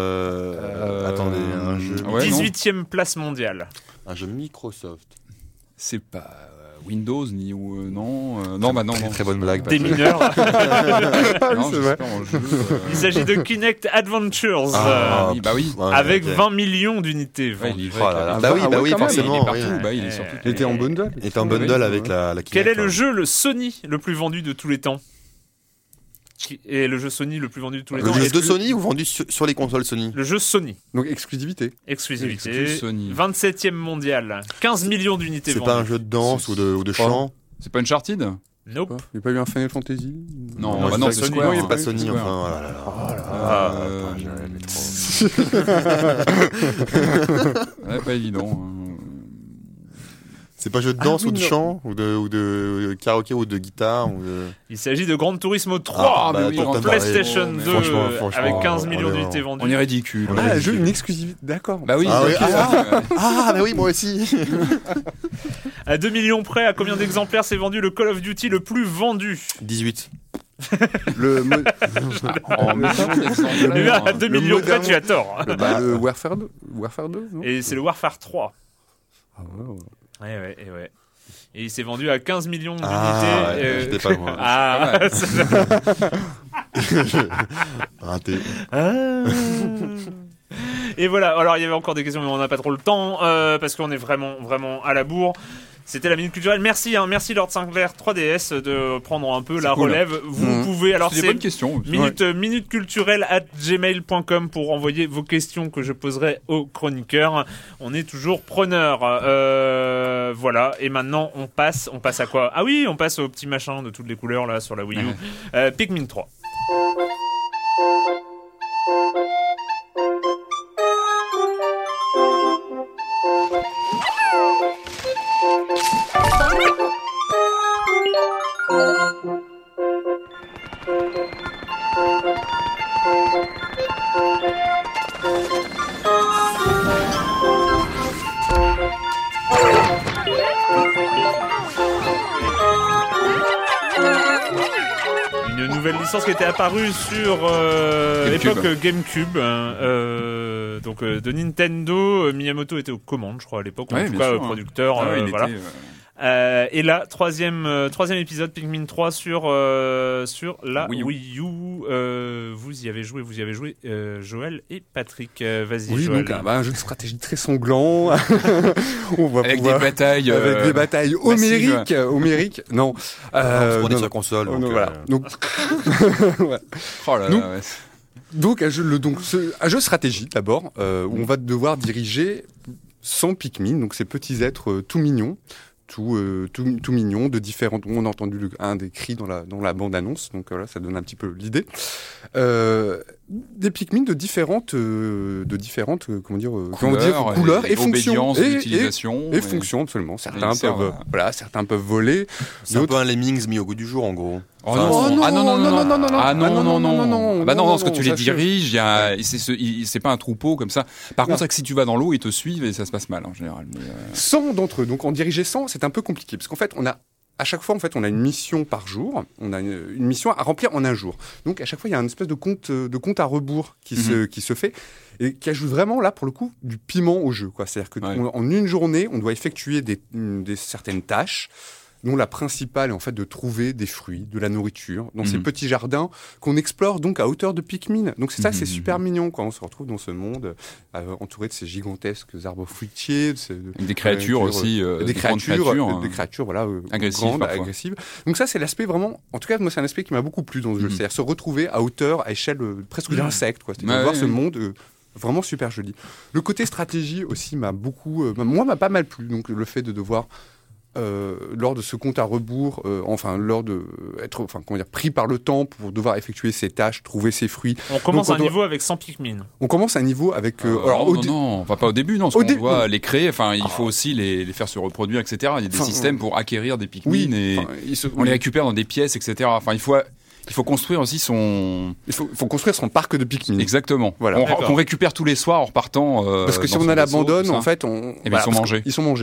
Euh... Euh, Attendez, un jeu. ouais, non. dix-huitième place mondiale. Un jeu Microsoft. C'est pas euh, Windows ni ou euh, non euh, non bah non, Très, non très bonne blague. Des Patrick. mineurs. non, j'espère en jeu, euh, Il s'agit de Kinect Adventures. Ah, euh, oui, bah oui. Ouais, avec ok. vingt millions d'unités Ouais, vendues. il est Oh vrai là là. qu'il Bah oui, Ah bah ouais, oui, quand même. il est forcément. partout, oui. bah, il est Ouais. sur toutes Il était en bundle. Il était en bundle Oui, avec oui. la, la Kinect. Quel est le ouais. jeu, le Sony, le plus vendu de tous les temps Qui est le jeu Sony le plus vendu de tous les Le temps jeu Est-ce de que- Sony ou vendu sur, sur les consoles Sony? Le jeu Sony, Donc exclusivité. exclusivité, Exclus Sony. vingt-septième mondial, quinze millions d'unités C'est vendues. pas un jeu de danse ou de, ou de chant? C'est pas Uncharted Nope. Il n'y a pas eu un Final Fantasy? Non, Non, bah non, c'est c'est Sony, Square. oui, C'est hein. pas oui, Sony, Square. enfin, oh là là. Ah, Euh, trop. ouais, pas évident. hein. C'est pas jeu de Ah danse oui, ou de non. chant ou de, ou de karaoké ou de guitare ou de... Il s'agit de Gran Turismo trois Ah, bah, pour attends, PlayStation bah, deux franchement, franchement, avec quinze on millions est- d'unités vendues. On est ridicule. On est Ah, ridicule. jeu, une exclusivité. D'accord. Bah oui. Ah oui, ok, ah. ouais. Ah, bah oui, moi aussi. À deux millions près, à combien d'exemplaires s'est vendu le Call of Duty le plus vendu dix-huit. Le, mo- En millions d'exemplaires. Eh bien, À deux Le millions près, moderne- tu as tort. le, bah, le Warfare deux. Warfare deux, non Et c'est le Warfare trois. Ah ouais, ouais. Ouais, ouais, et ouais. Et il s'est vendu à quinze millions d'unités. Ah, ouais, euh, j'étais pas loin. Ah, Raté. Ah. Et voilà, alors il y avait encore des questions, mais on n'a pas trop le temps, euh, parce qu'on est vraiment, vraiment à la bourre. C'était la Minute Culturelle. Merci, hein, merci Lord Sinclair trois D S de prendre un peu C'est la cool. relève. Vous Mmh. pouvez, alors C'est des c'est bonnes questions. minute, euh, minute culturelle at gmail point com pour envoyer vos questions que je poserai aux chroniqueurs. On est toujours preneurs. Euh, voilà, et maintenant on passe, on passe à quoi? Ah oui, on passe au petit machin de toutes les couleurs là sur la Wii U. Ouais. Euh, Pikmin trois. Une nouvelle licence qui était apparue sur euh, GameCube. époque euh, GameCube, hein, euh, donc euh, de Nintendo. Euh, Miyamoto était aux commandes, je crois à l'époque, ou en Ouais, tout bien cas sûr, euh, hein. producteur. Ah ouais, euh, il voilà. était, euh, Euh, et là, troisième, euh, troisième épisode, Pikmin trois sur, euh, sur la Wii Wii U. U. Euh, vous y avez joué, vous y avez joué, euh, Joël et Patrick. Euh, vas-y, Oui, Joël. donc ah, bah, un jeu de stratégie très sanglant. On va Avec pouvoir- des batailles. avec euh, des batailles massives. homériques, homériques. Non. On Euh, se prenait non, sur console. non, donc, non, euh, voilà. Donc, ouais. Oh là là, Nous- ouais. donc un jeu, le, donc ce- un jeu stratégie d'abord, euh, où on va devoir diriger cent Pikmin, donc ces petits êtres euh, tout mignons. Tout, euh, tout, tout mignon, de différentes. On a entendu le- un des cris dans la, dans la bande-annonce, donc voilà, ça donne un petit peu l'idée. Euh, des Pikmin de différentes, euh, de différentes, euh, comment dire, euh, comment dire, Couleurs, couleurs et, fonctions. obédience, Et, et, utilisation. et fonctions, absolument. Certains ils servent peuvent, à- voilà, certains peuvent voler. C'est un D'autres- peu un Lemmings mis au goût du jour, en gros. Oh Enfin, non, Oh non, ah non, non, non, non, non, non, non, ah non, ah non, non, non, non, Bah non, non, non, parce que non, tu les ça, je- diriges, il y a, c'est, ce- il- c'est pas un troupeau comme ça. Par Non. contre, c'est que si tu vas dans l'eau, ils te suivent et ça se passe mal en général. Mais, euh, cent d'entre eux. Donc en diriger cent, c'est un peu compliqué parce qu'en fait, on a à chaque fois, en fait, on a une mission par jour. On a une, une mission à remplir en un jour. Donc à chaque fois, il y a une espèce de compte de compte à rebours qui Mhm. se qui se fait et qui ajoute vraiment là pour le coup du piment au jeu. Quoi. C'est-à-dire que Ouais. on- en une journée, on doit effectuer des, une- des certaines tâches. Dont la principale est en fait de trouver des fruits, de la nourriture dans ces Mhm. petits jardins qu'on explore donc à hauteur de Pikmin. Donc c'est ça, Mhm, c'est mhm. super mignon quand on se retrouve dans ce monde euh, entouré de ces gigantesques arbres fruitiers, de ces- de- des créatures euh, aussi, euh, des grandes créatures, créatures, euh, hein. des créatures voilà, euh, Agressives, grandes, parfois. agressives. Donc ça, c'est l'aspect vraiment. En tout cas, moi, c'est un aspect qui m'a beaucoup plu dans ce jeu. Mhm. C'est-à-dire se retrouver à hauteur, à échelle euh, presque Mhm. d'insecte, quoi. C'est-à-dire Ouais, voir ouais, ce ouais. monde. euh, Vraiment super joli. Le côté stratégie aussi m'a beaucoup, euh, moi m'a pas mal plu. Donc le fait de devoir euh, lors de ce compte à rebours, euh, enfin lors de euh, être, enfin comment dire, pris par le temps pour devoir effectuer ses tâches, trouver ses fruits. On commence Donc, on un doit- niveau avec cent Pikmin. On commence un niveau avec. euh, Euh, alors, non, au non, dé- non, enfin, pas au début, non. Parce Au qu'on dé- doit non. les créer. Enfin, il faut aussi les, les faire se reproduire, et cetera. Il y a des Enfin, systèmes pour acquérir des Pikmin oui, et enfin, il se- on les récupère dans des pièces, et cetera. Enfin, il faut, il faut construire aussi son. il faut, faut construire son parc de Pikmin. Exactement. Voilà. On- D'accord. Qu'on récupère tous les soirs en repartant. euh, Parce que si dans on son a vaisseau, l'abandonne, tout ça. en fait, on. Eh ben, ils sont parce que- mangés. Ils sont mangés.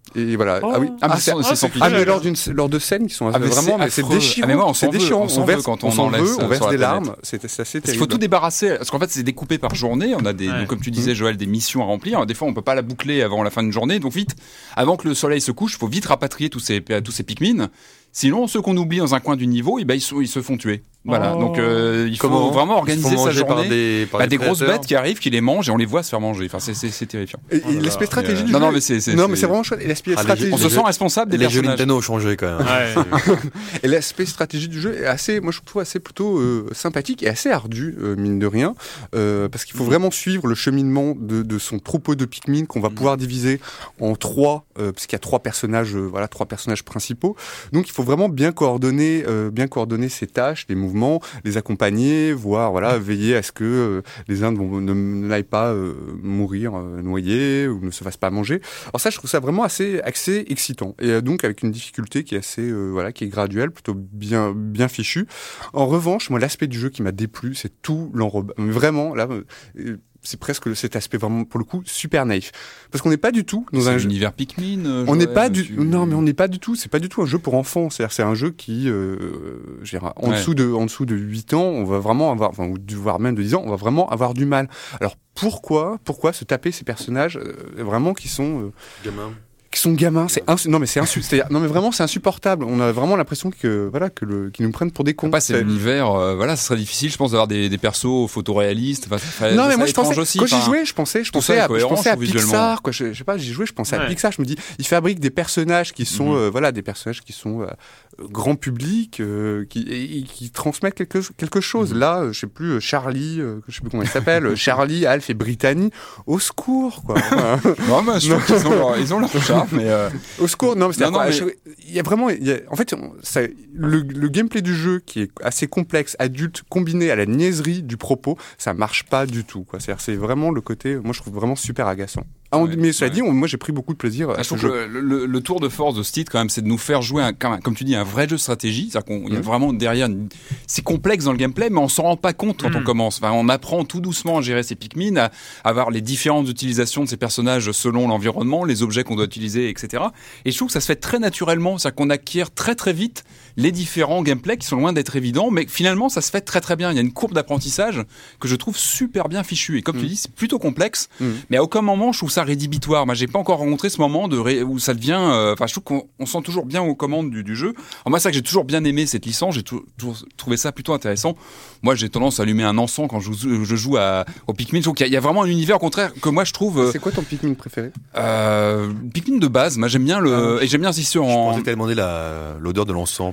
Et voilà. Oh. Ah oui. Ah, mais Ah, c'est- c'est- c'est sans ah, mais pitié. lors d'une lors de scènes qui sont Ah, mais vraiment c'est mais c'est affreux. déchirant. Ah, mais moi, on s'en c'est veut, déchirant. on s'en verse veut quand on on s'en en laisse, veut, on euh, verse sur la des planète. larmes. C'est c'est assez Parce qu'il faut terrible. tout débarrasser, parce qu'en fait c'est découpé par journée, on a des, Ouais. donc, comme tu disais Joël, des missions à remplir, des fois on peut pas la boucler avant la fin d'une journée, donc vite, avant que le soleil se couche, il faut vite rapatrier tous ces, tous ces Pikmin, sinon ceux qu'on oublie dans un coin du niveau, eh ben, ils, sont- ils se font tuer. Voilà, Oh. donc euh, il faut Comment vraiment Ils se font organiser sa manger par journée. des, par Bah, des grosses prédateurs. bêtes qui arrivent, qui les mangent et on les voit se faire manger, enfin c'est- c'est c'est terrifiant. Et, et Oh là l'aspect là. stratégie Euh, du non, jeu. non, mais c'est- c'est- non, c'est- mais c'est vraiment chouette. Et l'aspect Ah, les stratégie. jeux- On se les sent jeux- responsable des Les jeux personnages. Nintendo ont changé quand même. Ouais. Et l'aspect stratégie du jeu est assez, moi je trouve assez plutôt euh, sympathique et assez ardu, euh, mine de rien, euh, parce qu'il faut vraiment suivre le cheminement de, de son troupeau de Pikmin qu'on va pouvoir diviser en trois, euh, parce qu'il y a trois personnages, euh, voilà, trois personnages principaux. Donc il faut vraiment bien coordonner, euh, bien coordonner ses tâches, les mouvements, les accompagner, voire voilà, veiller à ce que euh, les uns vont- ne ne- n'aillent pas euh, mourir euh, noyés ou ne se fassent pas manger. Alors ça, je trouve ça vraiment assez, assez excitant. Et euh, donc avec une difficulté qui est assez, euh, voilà, qui est graduelle, plutôt bien, bien fichue. En revanche, moi, l'aspect du jeu qui m'a déplu, c'est tout l'enrobe. Vraiment, là, euh, c'est presque cet aspect vraiment, pour le coup, super naïf. Parce qu'on n'est pas du tout dans C'est un jeu. l'univers Pikmin. euh, On n'est Joël, pas du, tu- non, mais on n'est pas du tout. C'est pas du tout un jeu pour enfants. C'est-à-dire, c'est un jeu qui, euh, je dirais, en Ouais. dessous de, en dessous de huit ans, on va vraiment avoir, enfin, ou du- voire même de dix ans, on va vraiment avoir du mal. Alors pourquoi, pourquoi se taper ces personnages euh, vraiment qui sont euh, Gamin. qui sont gamins, c'est insu- non mais c'est insu- c'est-à-dire- non mais vraiment c'est insupportable. On a vraiment l'impression que voilà que le qu'ils nous prennent pour des cons. Après, c'est C'est- l'univers, euh, voilà, ça serait difficile, je pense, d'avoir des, des persos photoréalistes. Enfin, ça ferait- Non ça mais moi serait je pensais étrange aussi, quand j'y enfin, jouais, je pensais je tout pensais ça est à, je cohérent, pensais à je trouve, visuellement. Pixar quoi, je, je sais pas, j'y jouais, je pensais à Ouais. Pixar, je me dis ils fabriquent des personnages qui sont Mhm. euh, voilà, des personnages qui sont euh, grand public euh, qui et, et qui transmettent quelque quelque chose. Mhm. Là, euh, je sais plus euh, Charlie, euh, je sais plus comment il s'appelle, euh, Charlie, Alf et Brittany, au secours quoi. Non, mais je trouve qu'ils ont leur, ils ont leur charme, mais euh, Au secours, non, mais c'est Non, non, mais- il y a vraiment, il y a- en fait, on- ça, le, le gameplay du jeu qui est assez complexe, adulte, combiné à la niaiserie du propos, ça marche pas du tout, quoi. C'est-à-dire, c'est vraiment le côté, moi, je trouve vraiment super agaçant. Ah, Ouais, mais cela ouais. dit, on- moi, j'ai pris beaucoup de plaisir à je ce trouve jeu. que le, le- le tour de force de ce titre, quand même, c'est de nous faire jouer, un, comme, comme tu dis, un vrai jeu de stratégie. C'est-à-dire qu'il y a Mhm. vraiment derrière, une- c'est complexe dans le gameplay, mais on s'en rend pas compte quand Mhm. on commence. Enfin, on apprend tout doucement à gérer ses Pikmin, à, à avoir les différentes utilisations de ces personnages selon l'environnement, les objets qu'on doit utiliser, et cetera. Et je trouve que ça se fait très naturellement, c'est-à-dire qu'on acquiert très très vite les différents gameplays qui sont loin d'être évidents, mais finalement ça se fait très très bien. Il y a une courbe d'apprentissage que je trouve super bien fichue. Et comme tu Mhm. dis, c'est plutôt complexe, Mhm. mais à aucun moment je trouve ça rédhibitoire. Moi, j'ai pas encore rencontré ce moment de ré- où ça devient. euh, Enfin, je trouve qu'on on sent toujours bien aux commandes du, du jeu. Alors moi, c'est ça que j'ai toujours bien aimé cette licence. J'ai tou- toujours trouvé ça plutôt intéressant. Moi, j'ai tendance à allumer un encens quand je, joue- je joue à, au Pikmin. Je trouve qu'il y, a- il y a vraiment un univers au contraire que moi je trouve. euh, C'est quoi ton Pikmin préféré? euh, Pikmin de base. Moi, j'aime bien le et j'aime bien insister Je en. pensais que t'allais demander la- l'odeur de l'encens.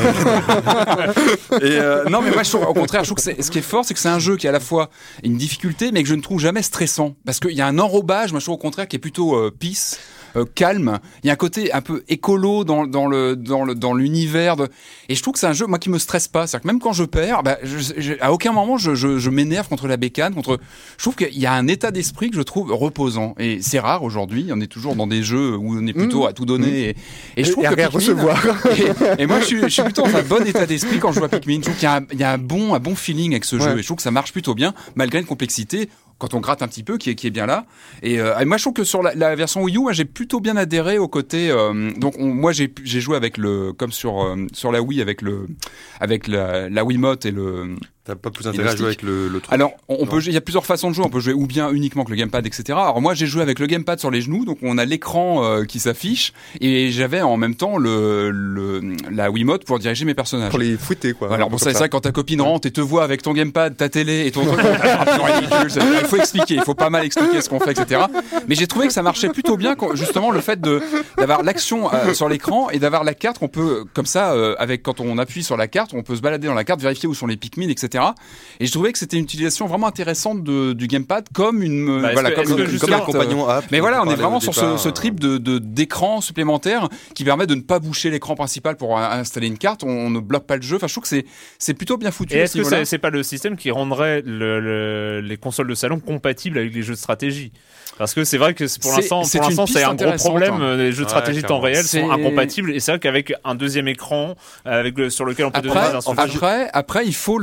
Et euh, non, mais moi, je trouve, au contraire, je trouve que c'est- ce qui est fort, c'est que c'est un jeu qui a à la fois une difficulté, mais que je ne trouve jamais stressant. Parce qu'il y a un enrobage, moi, je trouve au contraire, qui est plutôt euh, peace. euh, calme, il y a un côté un peu écolo dans, dans le dans le dans l'univers de... et je trouve que c'est un jeu moi qui me stresse pas, c'est-à-dire que même quand je perds, bah, je, je, à aucun moment je, je, je m'énerve contre la bécane, contre. Je trouve qu'il y a un état d'esprit que je trouve reposant et c'est rare aujourd'hui. On est toujours dans des jeux où on est plutôt Mmh. à tout donner et, et je trouve Et à que rien Pikmin- recevoir. et, et moi, je suis, je suis plutôt dans un bon état d'esprit quand je joue à Pikmin. Je trouve qu'il y a un, il y a un bon, un bon feeling avec ce jeu. Ouais. Et je trouve que ça marche plutôt bien, malgré une complexité, quand on gratte un petit peu, qui est, qui est bien là. Et, euh, et moi, je trouve que sur la, la version Wii U, moi, j'ai plutôt bien adhéré au côté. Euh, donc, on- moi, j'ai, j'ai joué avec le, comme sur euh, sur la Wii, avec le, avec la, la Wiimote et le. T'as pas plus intérêt à jouer avec le, le truc. Alors, on, on Non. peut, il y a plusieurs façons de jouer. On peut jouer ou bien uniquement avec le gamepad, et cetera. Alors moi, j'ai joué avec le gamepad sur les genoux, donc on a l'écran euh, qui s'affiche, et j'avais en même temps le, le la Wiimote pour diriger mes personnages. Pour les fouetter, quoi. Alors Un bon, peu ça, c'est comme ça quand ta copine rentre et te voit avec ton gamepad, ta télé et ton truc, c'est un peu ridicule. c'est- Il faut expliquer, il faut pas mal expliquer ce qu'on fait, et cetera. Mais j'ai trouvé que ça marchait plutôt bien, quand, justement le fait de d'avoir l'action euh, sur l'écran et d'avoir la carte qu'on peut, comme ça, euh, avec quand on appuie sur la carte, on peut se balader dans la carte, vérifier où sont les Pikmin, et cetera. Et je trouvais que c'était une utilisation vraiment intéressante de, du gamepad comme une, euh, Bah, est-ce voilà, que- comme est-ce que une, justement, comme un compagnon app. mais voilà, on est parlait vraiment au sur ce, départ, ce trip de, de, d'écran supplémentaire qui permet de ne pas boucher l'écran principal pour euh, installer une carte. On, on ne bloque pas le jeu. Enfin, je trouve que c'est, c'est plutôt bien foutu. Et à est-ce ce que niveau-là. c'est, c'est pas le système qui rendrait le, le- les consoles de salon compatibles avec les jeux de stratégie? Parce que c'est vrai que c'est- pour C'est- l'instant, c'est pour une l'instant, piste c'est un gros intéressante, problème. hein. euh, Les jeux de Ouais, stratégie temps clairement. réel C'est- sont incompatibles. Et c'est vrai qu'avec un deuxième écran, avec le, sur lequel on peut donner Après, des instructions. après, après, il faut le Un système. Total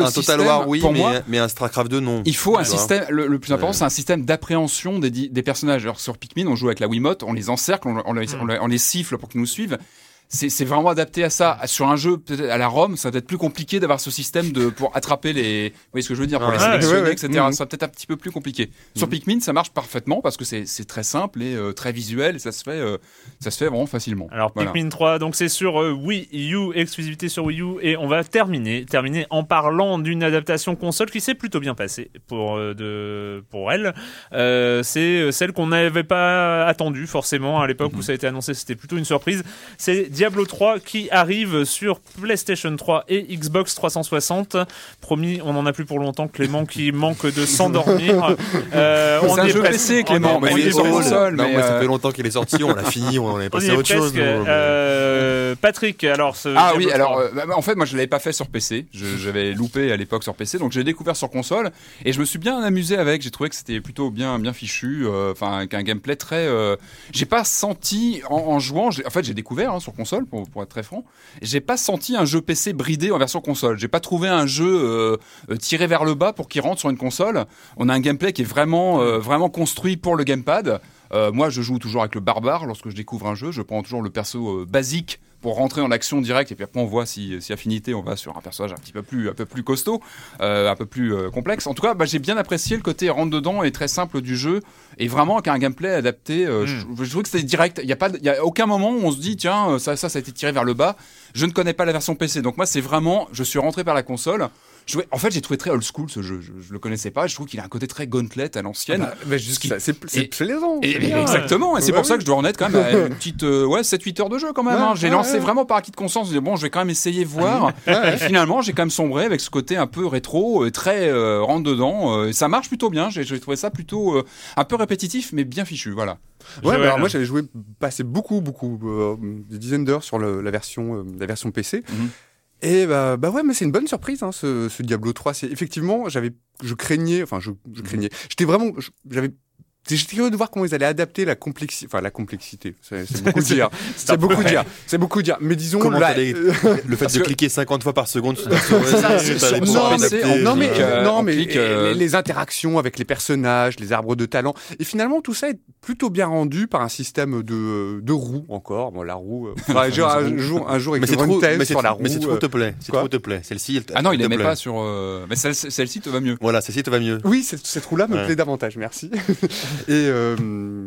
problème, War, oui, pour mais, moi, mais un StarCraft deux, non. il faut un Tu vois. système. Le, le plus important, Ouais. c'est un système d'appréhension des, di- des personnages. Alors sur Pikmin, on joue avec la Wiimote, on les encercle, on, on les, Mm. on les- on les siffle pour qu'ils nous suivent. C'est, c'est vraiment adapté à ça. Sur un jeu peut-être à la Rome, ça va être plus compliqué d'avoir ce système de pour attraper les. Vous voyez ce que je veux dire, pour Ouais. les sélectionner, Ouais, ouais. et cetera. Mhm. Ça va peut-être un petit peu plus compliqué. Sur Pikmin, ça marche parfaitement parce que c'est, c'est très simple et euh, très visuel. Et ça se fait, euh, ça se fait vraiment facilement. Alors Voilà. Pikmin trois, donc c'est sur euh, Wii U, exclusivité sur Wii U, et on va terminer, terminer en parlant d'une adaptation console qui s'est plutôt bien passée pour euh, de pour elle. Euh, c'est celle qu'on n'avait pas attendue forcément à l'époque Mhm. où ça a été annoncé, c'était plutôt une surprise. C'est Diablo trois qui arrive sur PlayStation trois et Xbox trois cent soixante. Promis, on en a plus pour longtemps. Clément qui manque de s'endormir. Euh, C'est on un y est jeu presque. P C, On Clément, est- mais on il y est est sur presque. console. Non, mais, mais ça euh, fait longtemps qu'il est sorti, on l'a fini, on est On passé y à est autre chose. presque. nous, mais- Euh, Patrick, alors ce Ah Diablo oui, alors trois. euh, bah, en fait moi je l'avais pas fait sur P C, je, j'avais loupé à l'époque sur P C, donc j'ai découvert sur console et je me suis bien amusé avec. J'ai trouvé que c'était plutôt bien bien fichu, euh, enfin avec un gameplay très. Euh, j'ai pas senti en, en jouant, j'ai- en fait j'ai découvert hein, sur console pour, pour être très franc, j'ai pas senti un jeu P C bridé en version console. J'ai pas trouvé un jeu euh, euh, tiré vers le bas pour qu'il rentre sur une console. On a un gameplay qui est vraiment euh, vraiment construit pour le gamepad. Euh, moi, je joue toujours avec le barbare lorsque je découvre un jeu. Je prends toujours le perso euh, basique pour rentrer en action directe et puis après on voit si, si affinité, on va sur un personnage un petit peu plus, un peu plus costaud, euh, un peu plus euh, complexe. En tout cas, bah, j'ai bien apprécié le côté rentre dedans et très simple du jeu et vraiment avec un gameplay adapté. Euh, Mm. je, je trouve que c'était direct. Il y a pas, il y a aucun moment où on se dit tiens ça, ça, ça a été tiré vers le bas. Je ne connais pas la version P C, donc moi c'est vraiment, je suis rentré par la console. Je, en fait, j'ai trouvé très old school ce jeu. Je, je le connaissais pas. Je trouve qu'il a un côté très gauntlet à l'ancienne. Bah, bah, juste Ce qui- ça, c'est c'est et- plaisant. Et- c'est bien. exactement, et c'est Ouais, pour ça ouais. que je dois en être quand même à une petite euh, ouais, sept huit heures de jeu quand même. Ouais, hein. J'ai ouais, lancé ouais. vraiment par acquis de conscience, je dis, bon, je vais quand même essayer voir. Et finalement, j'ai quand même sombré avec ce côté un peu rétro, euh, très euh, rentre dedans. euh, et ça marche plutôt bien. J'ai j'ai trouvé ça plutôt euh, un peu répétitif, mais bien fichu. Voilà. Ouais, Joël. bah, alors moi j'avais joué, passé beaucoup, beaucoup, euh, des dizaines d'heures sur le- la version, euh, la version P C. Mhm. Et bah, bah ouais, mais c'est une bonne surprise, hein, ce, ce Diablo trois. C'est effectivement, j'avais, je craignais, enfin je, je craignais. J'étais vraiment, je- j'avais. J'étais curieux de voir comment ils allaient adapter la complexité, enfin la complexité, c'est c'est beaucoup dire, c'est beaucoup dire, c'est beaucoup dire. Mais disons, Comment là, t'allais- euh, Le fait Parce de que- cliquer cinquante fois par seconde sur ta souris, ça, t'allais sur- pas sur non, adapter. mais- non, mais, clique, euh, non, on mais clique, et- euh, les, les interactions avec les personnages, les arbres de talent, et finalement tout ça est plutôt bien rendu par un système de, de roues encore. Bon, la roue, euh, faudra agir un jour, un jour avec Mais c'est le trop, Runtail mais c'est sur la trop- roue. mais c'est trop euh. te plaît, c'est quoi trop te plaît. Celle-ci, elle te- Ah non, il te aimait plaît. pas sur. euh, Mais celle- celle-ci te va mieux. Voilà, celle-ci te va mieux. Oui, cette, cette roue-là me Ouais. plaît davantage, merci. et, euh,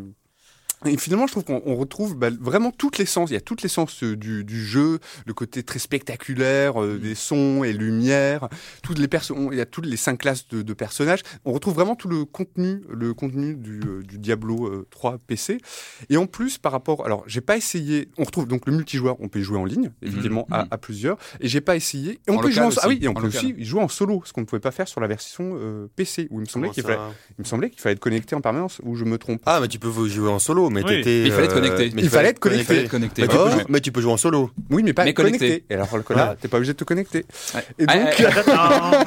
et finalement, je trouve qu'on on retrouve bah, vraiment toute l'essence. Il y a toute l'essence euh, du, du jeu, le côté très spectaculaire, euh, des sons et lumières. Toutes les perso- on- il y a toutes les cinq classes de, de personnages. On retrouve vraiment tout le contenu, le contenu du, euh, du Diablo euh, trois P C. Et en plus, par rapport, alors, j'ai pas essayé. On retrouve donc le multijoueur. On peut y jouer en ligne, évidemment, à, à plusieurs. Et j'ai pas essayé. Et on En peut y jouer en, local ah oui, aussi, et on en peut local. aussi y jouer en solo, ce qu'on ne pouvait pas faire sur la version euh, P C, où il me semblait Comment qu'il ça fallait, il me semblait qu'il fallait être connecté en permanence, où je me trompe. Ah, mais tu peux jouer en solo, mais Oui. t'étais. Mais il fallait être euh, connecté. mais Il fallait être connecté. Il fallait être connecté. Mais tu, Oh. peux, mais tu peux jouer en solo. Oui, mais pas Mais connecté. connecté. Et alors, le là, t'es pas obligé de te connecter. Ouais. Et Ah, donc, ah,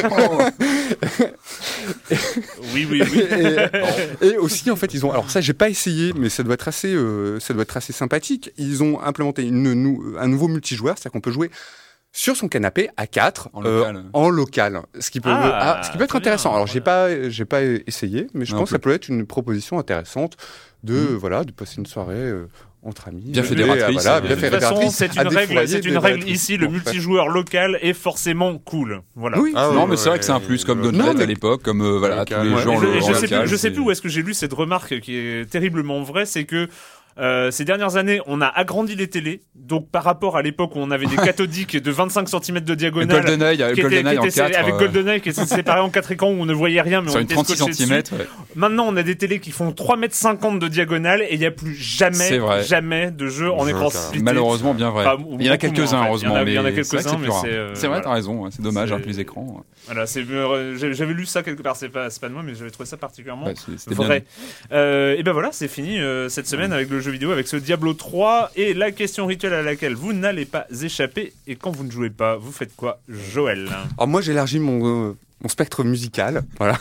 Oui, oui, oui. et, et aussi, en fait, ils ont. Alors ça, j'ai pas essayé, mais ça doit être assez, euh, ça doit être assez sympathique. Ils ont implémenté une, nou- un nouveau multijoueur, c'est-à-dire qu'on peut jouer sur son canapé à quatre En euh, local. en local, ce qui peut, Ah, ah, ce qui peut être très bien, intéressant. Alors j'ai pas, j'ai pas essayé, mais je Non pense que ça plus. peut être une proposition intéressante de, Mhm. voilà, de passer une soirée euh, entre amis. Bien Et, fédératrice, voilà, euh, bien De toute façon, fédératrice, c'est à une règle, défourailler c'est des une règle fédératrices. ici. Le Bon, multijoueur local est forcément cool. Voilà. Oui, Ah, non, ouais, mais c'est vrai que c'est un ouais, plus, comme ouais. Gauntlet Non, mais- à l'époque, comme euh, voilà, tous Local, les ouais. jeux en, Et je, en et je sais local, plus, je sais c'est- plus où est-ce que j'ai lu cette remarque qui est terriblement vraie, c'est que euh, ces dernières années, on a agrandi les télés. Donc par rapport à l'époque où on avait des cathodiques de vingt-cinq centimètres de diagonale, GoldenEye, qui étaient- GoldenEye qui en étaient- quatre. avec euh, GoldenEye qui était séparé en quatre écrans où on ne voyait rien, mais Sur on une était trente-six scotché dessus. centimètres. Maintenant, on a des télés qui font trois mètres cinquante de diagonale et il n'y a plus jamais, C'est vrai. jamais de jeu en Jeu, écran ça. splitté. Malheureusement, bien vrai. Enfin, Il y en a beaucoup quelques-uns, moins, en fait. heureusement. Il y en a- il y en a mais c'est vrai que quelques-uns, plus mais rare. c'est, euh, C'est vrai, voilà. t'as raison. ouais, C'est dommage C'est- avec les écrans. Voilà, c'est, euh, j'ai- j'avais lu ça quelque part, c'est pas, c'est pas de moi, mais j'avais trouvé ça particulièrement Ouais, c'est- c'était bien. vrai. Euh, et ben voilà, c'est fini euh, cette semaine avec le jeu vidéo, avec ce Diablo trois et la question rituelle à laquelle vous n'allez pas échapper. Et quand vous ne jouez pas, vous faites quoi, Joël? Alors moi, j'élargis mon, euh, mon spectre musical, voilà.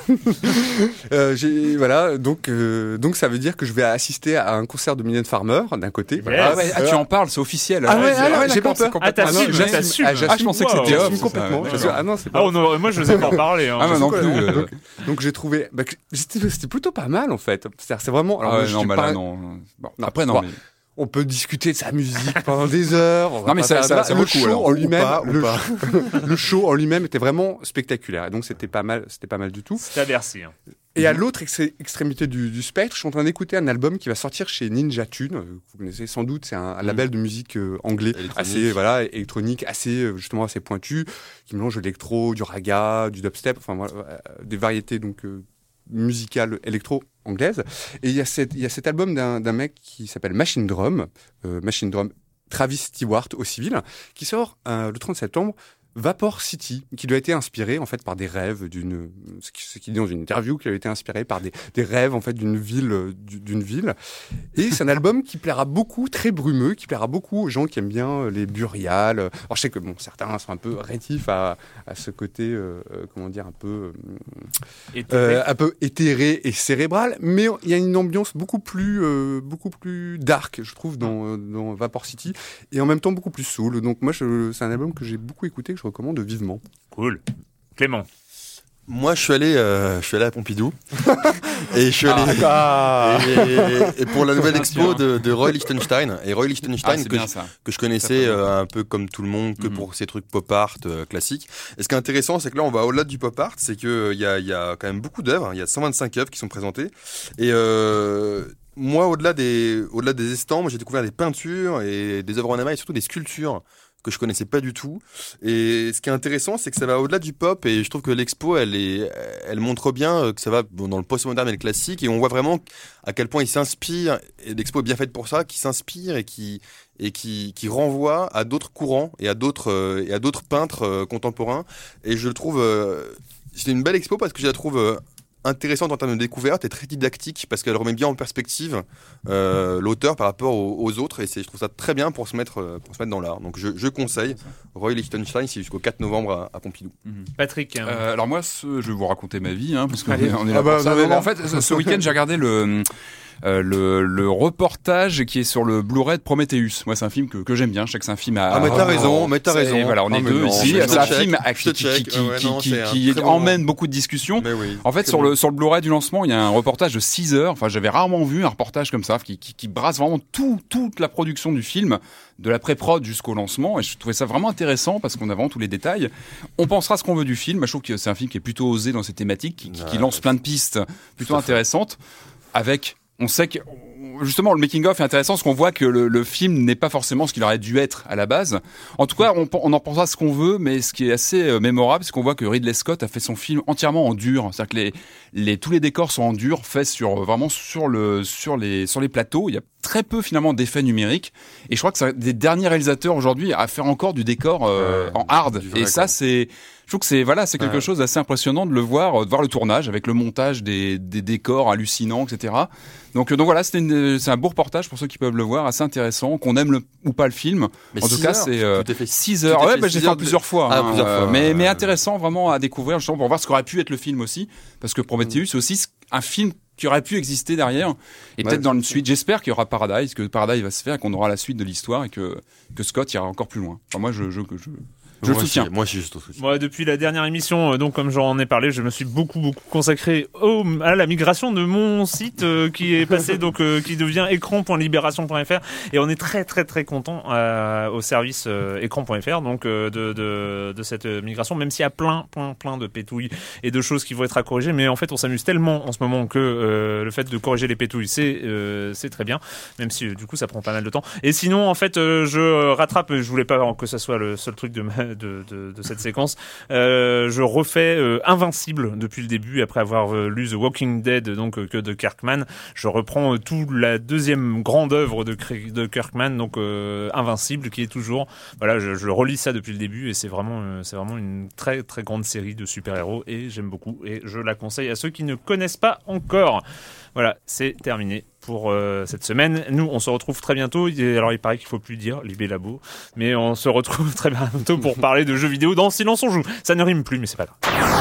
euh, j'ai, voilà, donc, euh, donc ça veut dire que je vais assister à un concert de Mylène Farmer d'un côté. Voilà. Ah, ouais, ah, tu en parles, c'est officiel. Ah ouais, ah, ah ouais, j'ai pas d'accord, peur. c'est Ah, t'assumes, complètement- ah, t'assumes. Ah, j'assume. Ah, je pensais que c'était Wow. off. J'assume complètement. ça, J'assume- Ah non, c'est pas. Ah, on aurait- moi, je n'osais pas en parler. Hein. Ah, moi non quoi, plus. euh, euh, donc, donc j'ai trouvé, bah, que c'était, c'était plutôt pas mal en fait. C'est-à-dire, c'est vraiment. alors, Ah moi, ouais, je non, te bah là, parle- non. Bon, Non, après, non. bon. mais- On peut discuter de sa musique pendant des heures. on va Non, mais pas ça- faire ça- ça. ça le vaut le coup, show alors. en Ou lui-même, pas, ou le, pas. le show en lui-même était vraiment spectaculaire. Et donc c'était pas mal, c'était pas mal du tout. C'était à Bercy. hein. Et à l'autre extré- extrémité du, du spectre, je suis en train d'écouter un album qui va sortir chez Ninja Tune. Euh, Vous connaissez sans doute, c'est un, un label de musique euh, anglais, Électronique. assez voilà, électronique, assez euh, justement assez pointu, qui mélange de l'électro, du raga, du dubstep, enfin voilà, euh, des variétés donc euh, musicales électro anglaises. Et il y a cette, il y a cet album d'un, d'un mec qui s'appelle Machine Drum, euh, Machine Drum, Travis Stewart au civil, qui sort euh, le trente septembre. Vapor City, qui doit être inspiré en fait par des rêves d'une, ce qui- ce qu'il dit dans une interview, qui a été inspiré par des, des rêves en fait d'une ville, euh, du- d'une ville. Et c'est un album qui plaira beaucoup, très brumeux, qui plaira beaucoup aux gens qui aiment bien euh, les burials. Alors je sais que bon, certains sont un peu rétifs à, à ce côté, euh, euh, comment dire, un peu, euh, euh, un peu éthéré et cérébral, mais il y a une ambiance beaucoup plus, euh, beaucoup plus dark, je trouve, dans, dans Vapor City, et en même temps beaucoup plus soul. Donc moi, je, c'est un album que j'ai beaucoup écouté, que je recommande vivement. Cool. Clément. Moi, je suis allé, euh, je suis allé à Pompidou et je suis allé Ah. et, et pour la nouvelle Ah, expo tiens. de, de Roy Lichtenstein et Roy Ah, Lichtenstein c'est que, bien je, ça. que je connaissais euh, un peu comme tout le monde que Mhm. pour ces trucs pop art euh, classiques. Et ce qui est intéressant, c'est que là, on va au-delà du pop art, c'est que euh, il y a, il y a quand même beaucoup d'œuvres. Il y a cent vingt-cinq œuvres qui sont présentées et euh, moi, au-delà des, au-delà des estampes, j'ai découvert des peintures et des œuvres en amas et surtout des sculptures que je connaissais pas du tout. Et ce qui est intéressant, c'est que ça va au-delà du pop et je trouve que l'expo, elle est, elle montre bien que ça va bon, dans le post-moderne et le classique et on voit vraiment à quel point il s'inspire, et l'expo est bien faite pour ça, qui s'inspire et qui, et qui, qui renvoie à d'autres courants et à d'autres, euh, et à d'autres peintres euh, contemporains. Et je le trouve, euh, c'est une belle expo parce que je la trouve euh, intéressante en termes de découverte et très didactique parce qu'elle remet bien en perspective euh, l'auteur par rapport aux, aux autres et c'est, je trouve ça très bien pour se mettre, euh, pour se mettre dans l'art. Donc je, je conseille Roy Lichtenstein, c'est jusqu'au quatre novembre à, à Pompidou. Patrick. hein. Euh, alors moi, ce- je vais vous raconter ma vie, hein, parce qu'on Allez. est, on est Ah là bah, pour ça. vous avez Non, là. en fait, ce, ce week-end, j'ai regardé le, euh, le le reportage qui est sur le Blu-ray de Prometheus. Moi, c'est un film que, que j'aime bien. Je sais que c'est un film à. Ah, mais t'as à- raison, mais t'as c'est- raison. Voilà, on Ah, est mais deux non, ici. je te C'est un check, film je qui, te qui, check. qui, Ouais, ouais, qui- non, qui- c'est un qui très bon emmène beaucoup de discussions. Mais oui. En fait, Très sur bon. le, sur le Blu-ray du lancement, il y a un reportage de six heures. Enfin, j'avais rarement vu un reportage comme ça, qui, qui, qui brasse vraiment tout, toute la production du film, de la pré-prod jusqu'au lancement. Et je trouvais ça vraiment intéressant parce qu'on a vraiment tous les détails. On pensera ce qu'on veut du film. Je trouve que c'est un film qui est plutôt osé dans ses thématiques, qui, qui- qui Ouais, lance plein de pistes plutôt tout à fait. intéressantes. Avec, on sait que justement le making of est intéressant parce qu'on voit que le, le film n'est pas forcément ce qu'il aurait dû être à la base. En tout cas, on, on en pensera ce qu'on veut, mais ce qui est assez euh, mémorable, c'est qu'on voit que Ridley Scott a fait son film entièrement en dur. C'est-à-dire que les, les, tous les décors sont en dur, faits sur vraiment sur le sur les sur les plateaux. Il y a très peu finalement d'effets numériques. Et je crois que c'est un des derniers réalisateurs aujourd'hui à faire encore du décor euh, Ouais, en hard. du vrai, Et ça, quoi. c'est je trouve que c'est voilà, c'est quelque Ouais. chose d'assez impressionnant de le voir, euh, de voir le tournage avec le montage des, des décors hallucinants, et cetera. Donc, euh, donc voilà, c'était une- c'est un beau reportage pour ceux qui peuvent le voir, assez intéressant, qu'on aime le, ou pas le film. Mais en tout six cas, heures, c'est euh, tout est fait- six tout heures. est Ouais, fait bah, j'ai six fait en heures de- plusieurs fois. Ah, hein, plusieurs euh, fois, mais, ouais. mais intéressant vraiment à découvrir, justement pour voir ce qu'aurait pu être le film aussi, parce que Prometheus, c'est aussi un film qui aurait pu exister derrière, et Ouais, peut-être dans une suite. J'espère qu'il y aura Paradise, que Paradise va se faire, et qu'on aura la suite de l'histoire, et que que Scott ira encore plus loin. Enfin, moi, je je je, je, je le Moi soutiens. aussi, Moi aussi, je te soutiens. Moi, depuis la dernière émission, euh, donc comme j'en ai parlé, je me suis beaucoup beaucoup consacré au, à la migration de mon site euh, qui est passé donc euh, qui devient écran point libération point f r et on est très très très content euh, au service euh, écran point f r donc euh, de, de de cette euh, migration, même s'il y a plein plein plein de pétouilles et de choses qui vont être à corriger, mais en fait on s'amuse tellement en ce moment que euh, le fait de corriger les pétouilles c'est euh, c'est très bien, même si euh, du coup ça prend pas mal de temps. Et sinon en fait euh, je rattrape, je voulais pas que ça soit le seul truc de ma, de, de, de cette séquence. Euh, je refais euh, Invincible depuis le début, après avoir euh, lu The Walking Dead donc euh, que de Kirkman. Je reprends euh, tout la deuxième grande œuvre de, de Kirkman, donc euh, Invincible, qui est toujours voilà, je, je relis ça depuis le début et c'est vraiment euh, c'est vraiment une très très grande série de super-héros et j'aime beaucoup et je la conseille à ceux qui ne connaissent pas encore. Voilà, c'est terminé pour euh, cette semaine. Nous, on se retrouve très bientôt. Et alors, il paraît qu'il faut plus dire Libé Labo, mais on se retrouve très bientôt pour parler de jeux vidéo dans Silence on joue. Ça ne rime plus, mais c'est pas grave.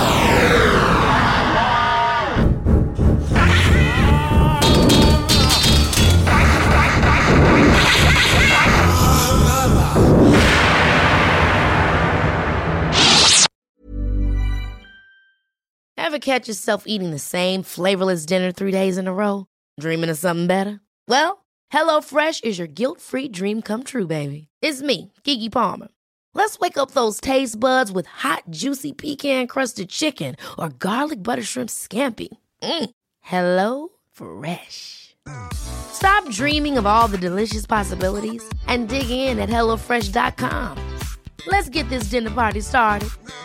Ever catch yourself eating the same flavorless dinner three days in a row? Dreaming of something better? Well, HelloFresh is your guilt-free dream come true, baby. It's me, Keke Palmer. Let's wake up those taste buds with hot, juicy pecan-crusted chicken or garlic butter shrimp scampi. Mm. Hello Fresh. Stop dreaming of all the delicious possibilities and dig in at hello fresh dot com. Let's get this dinner party started.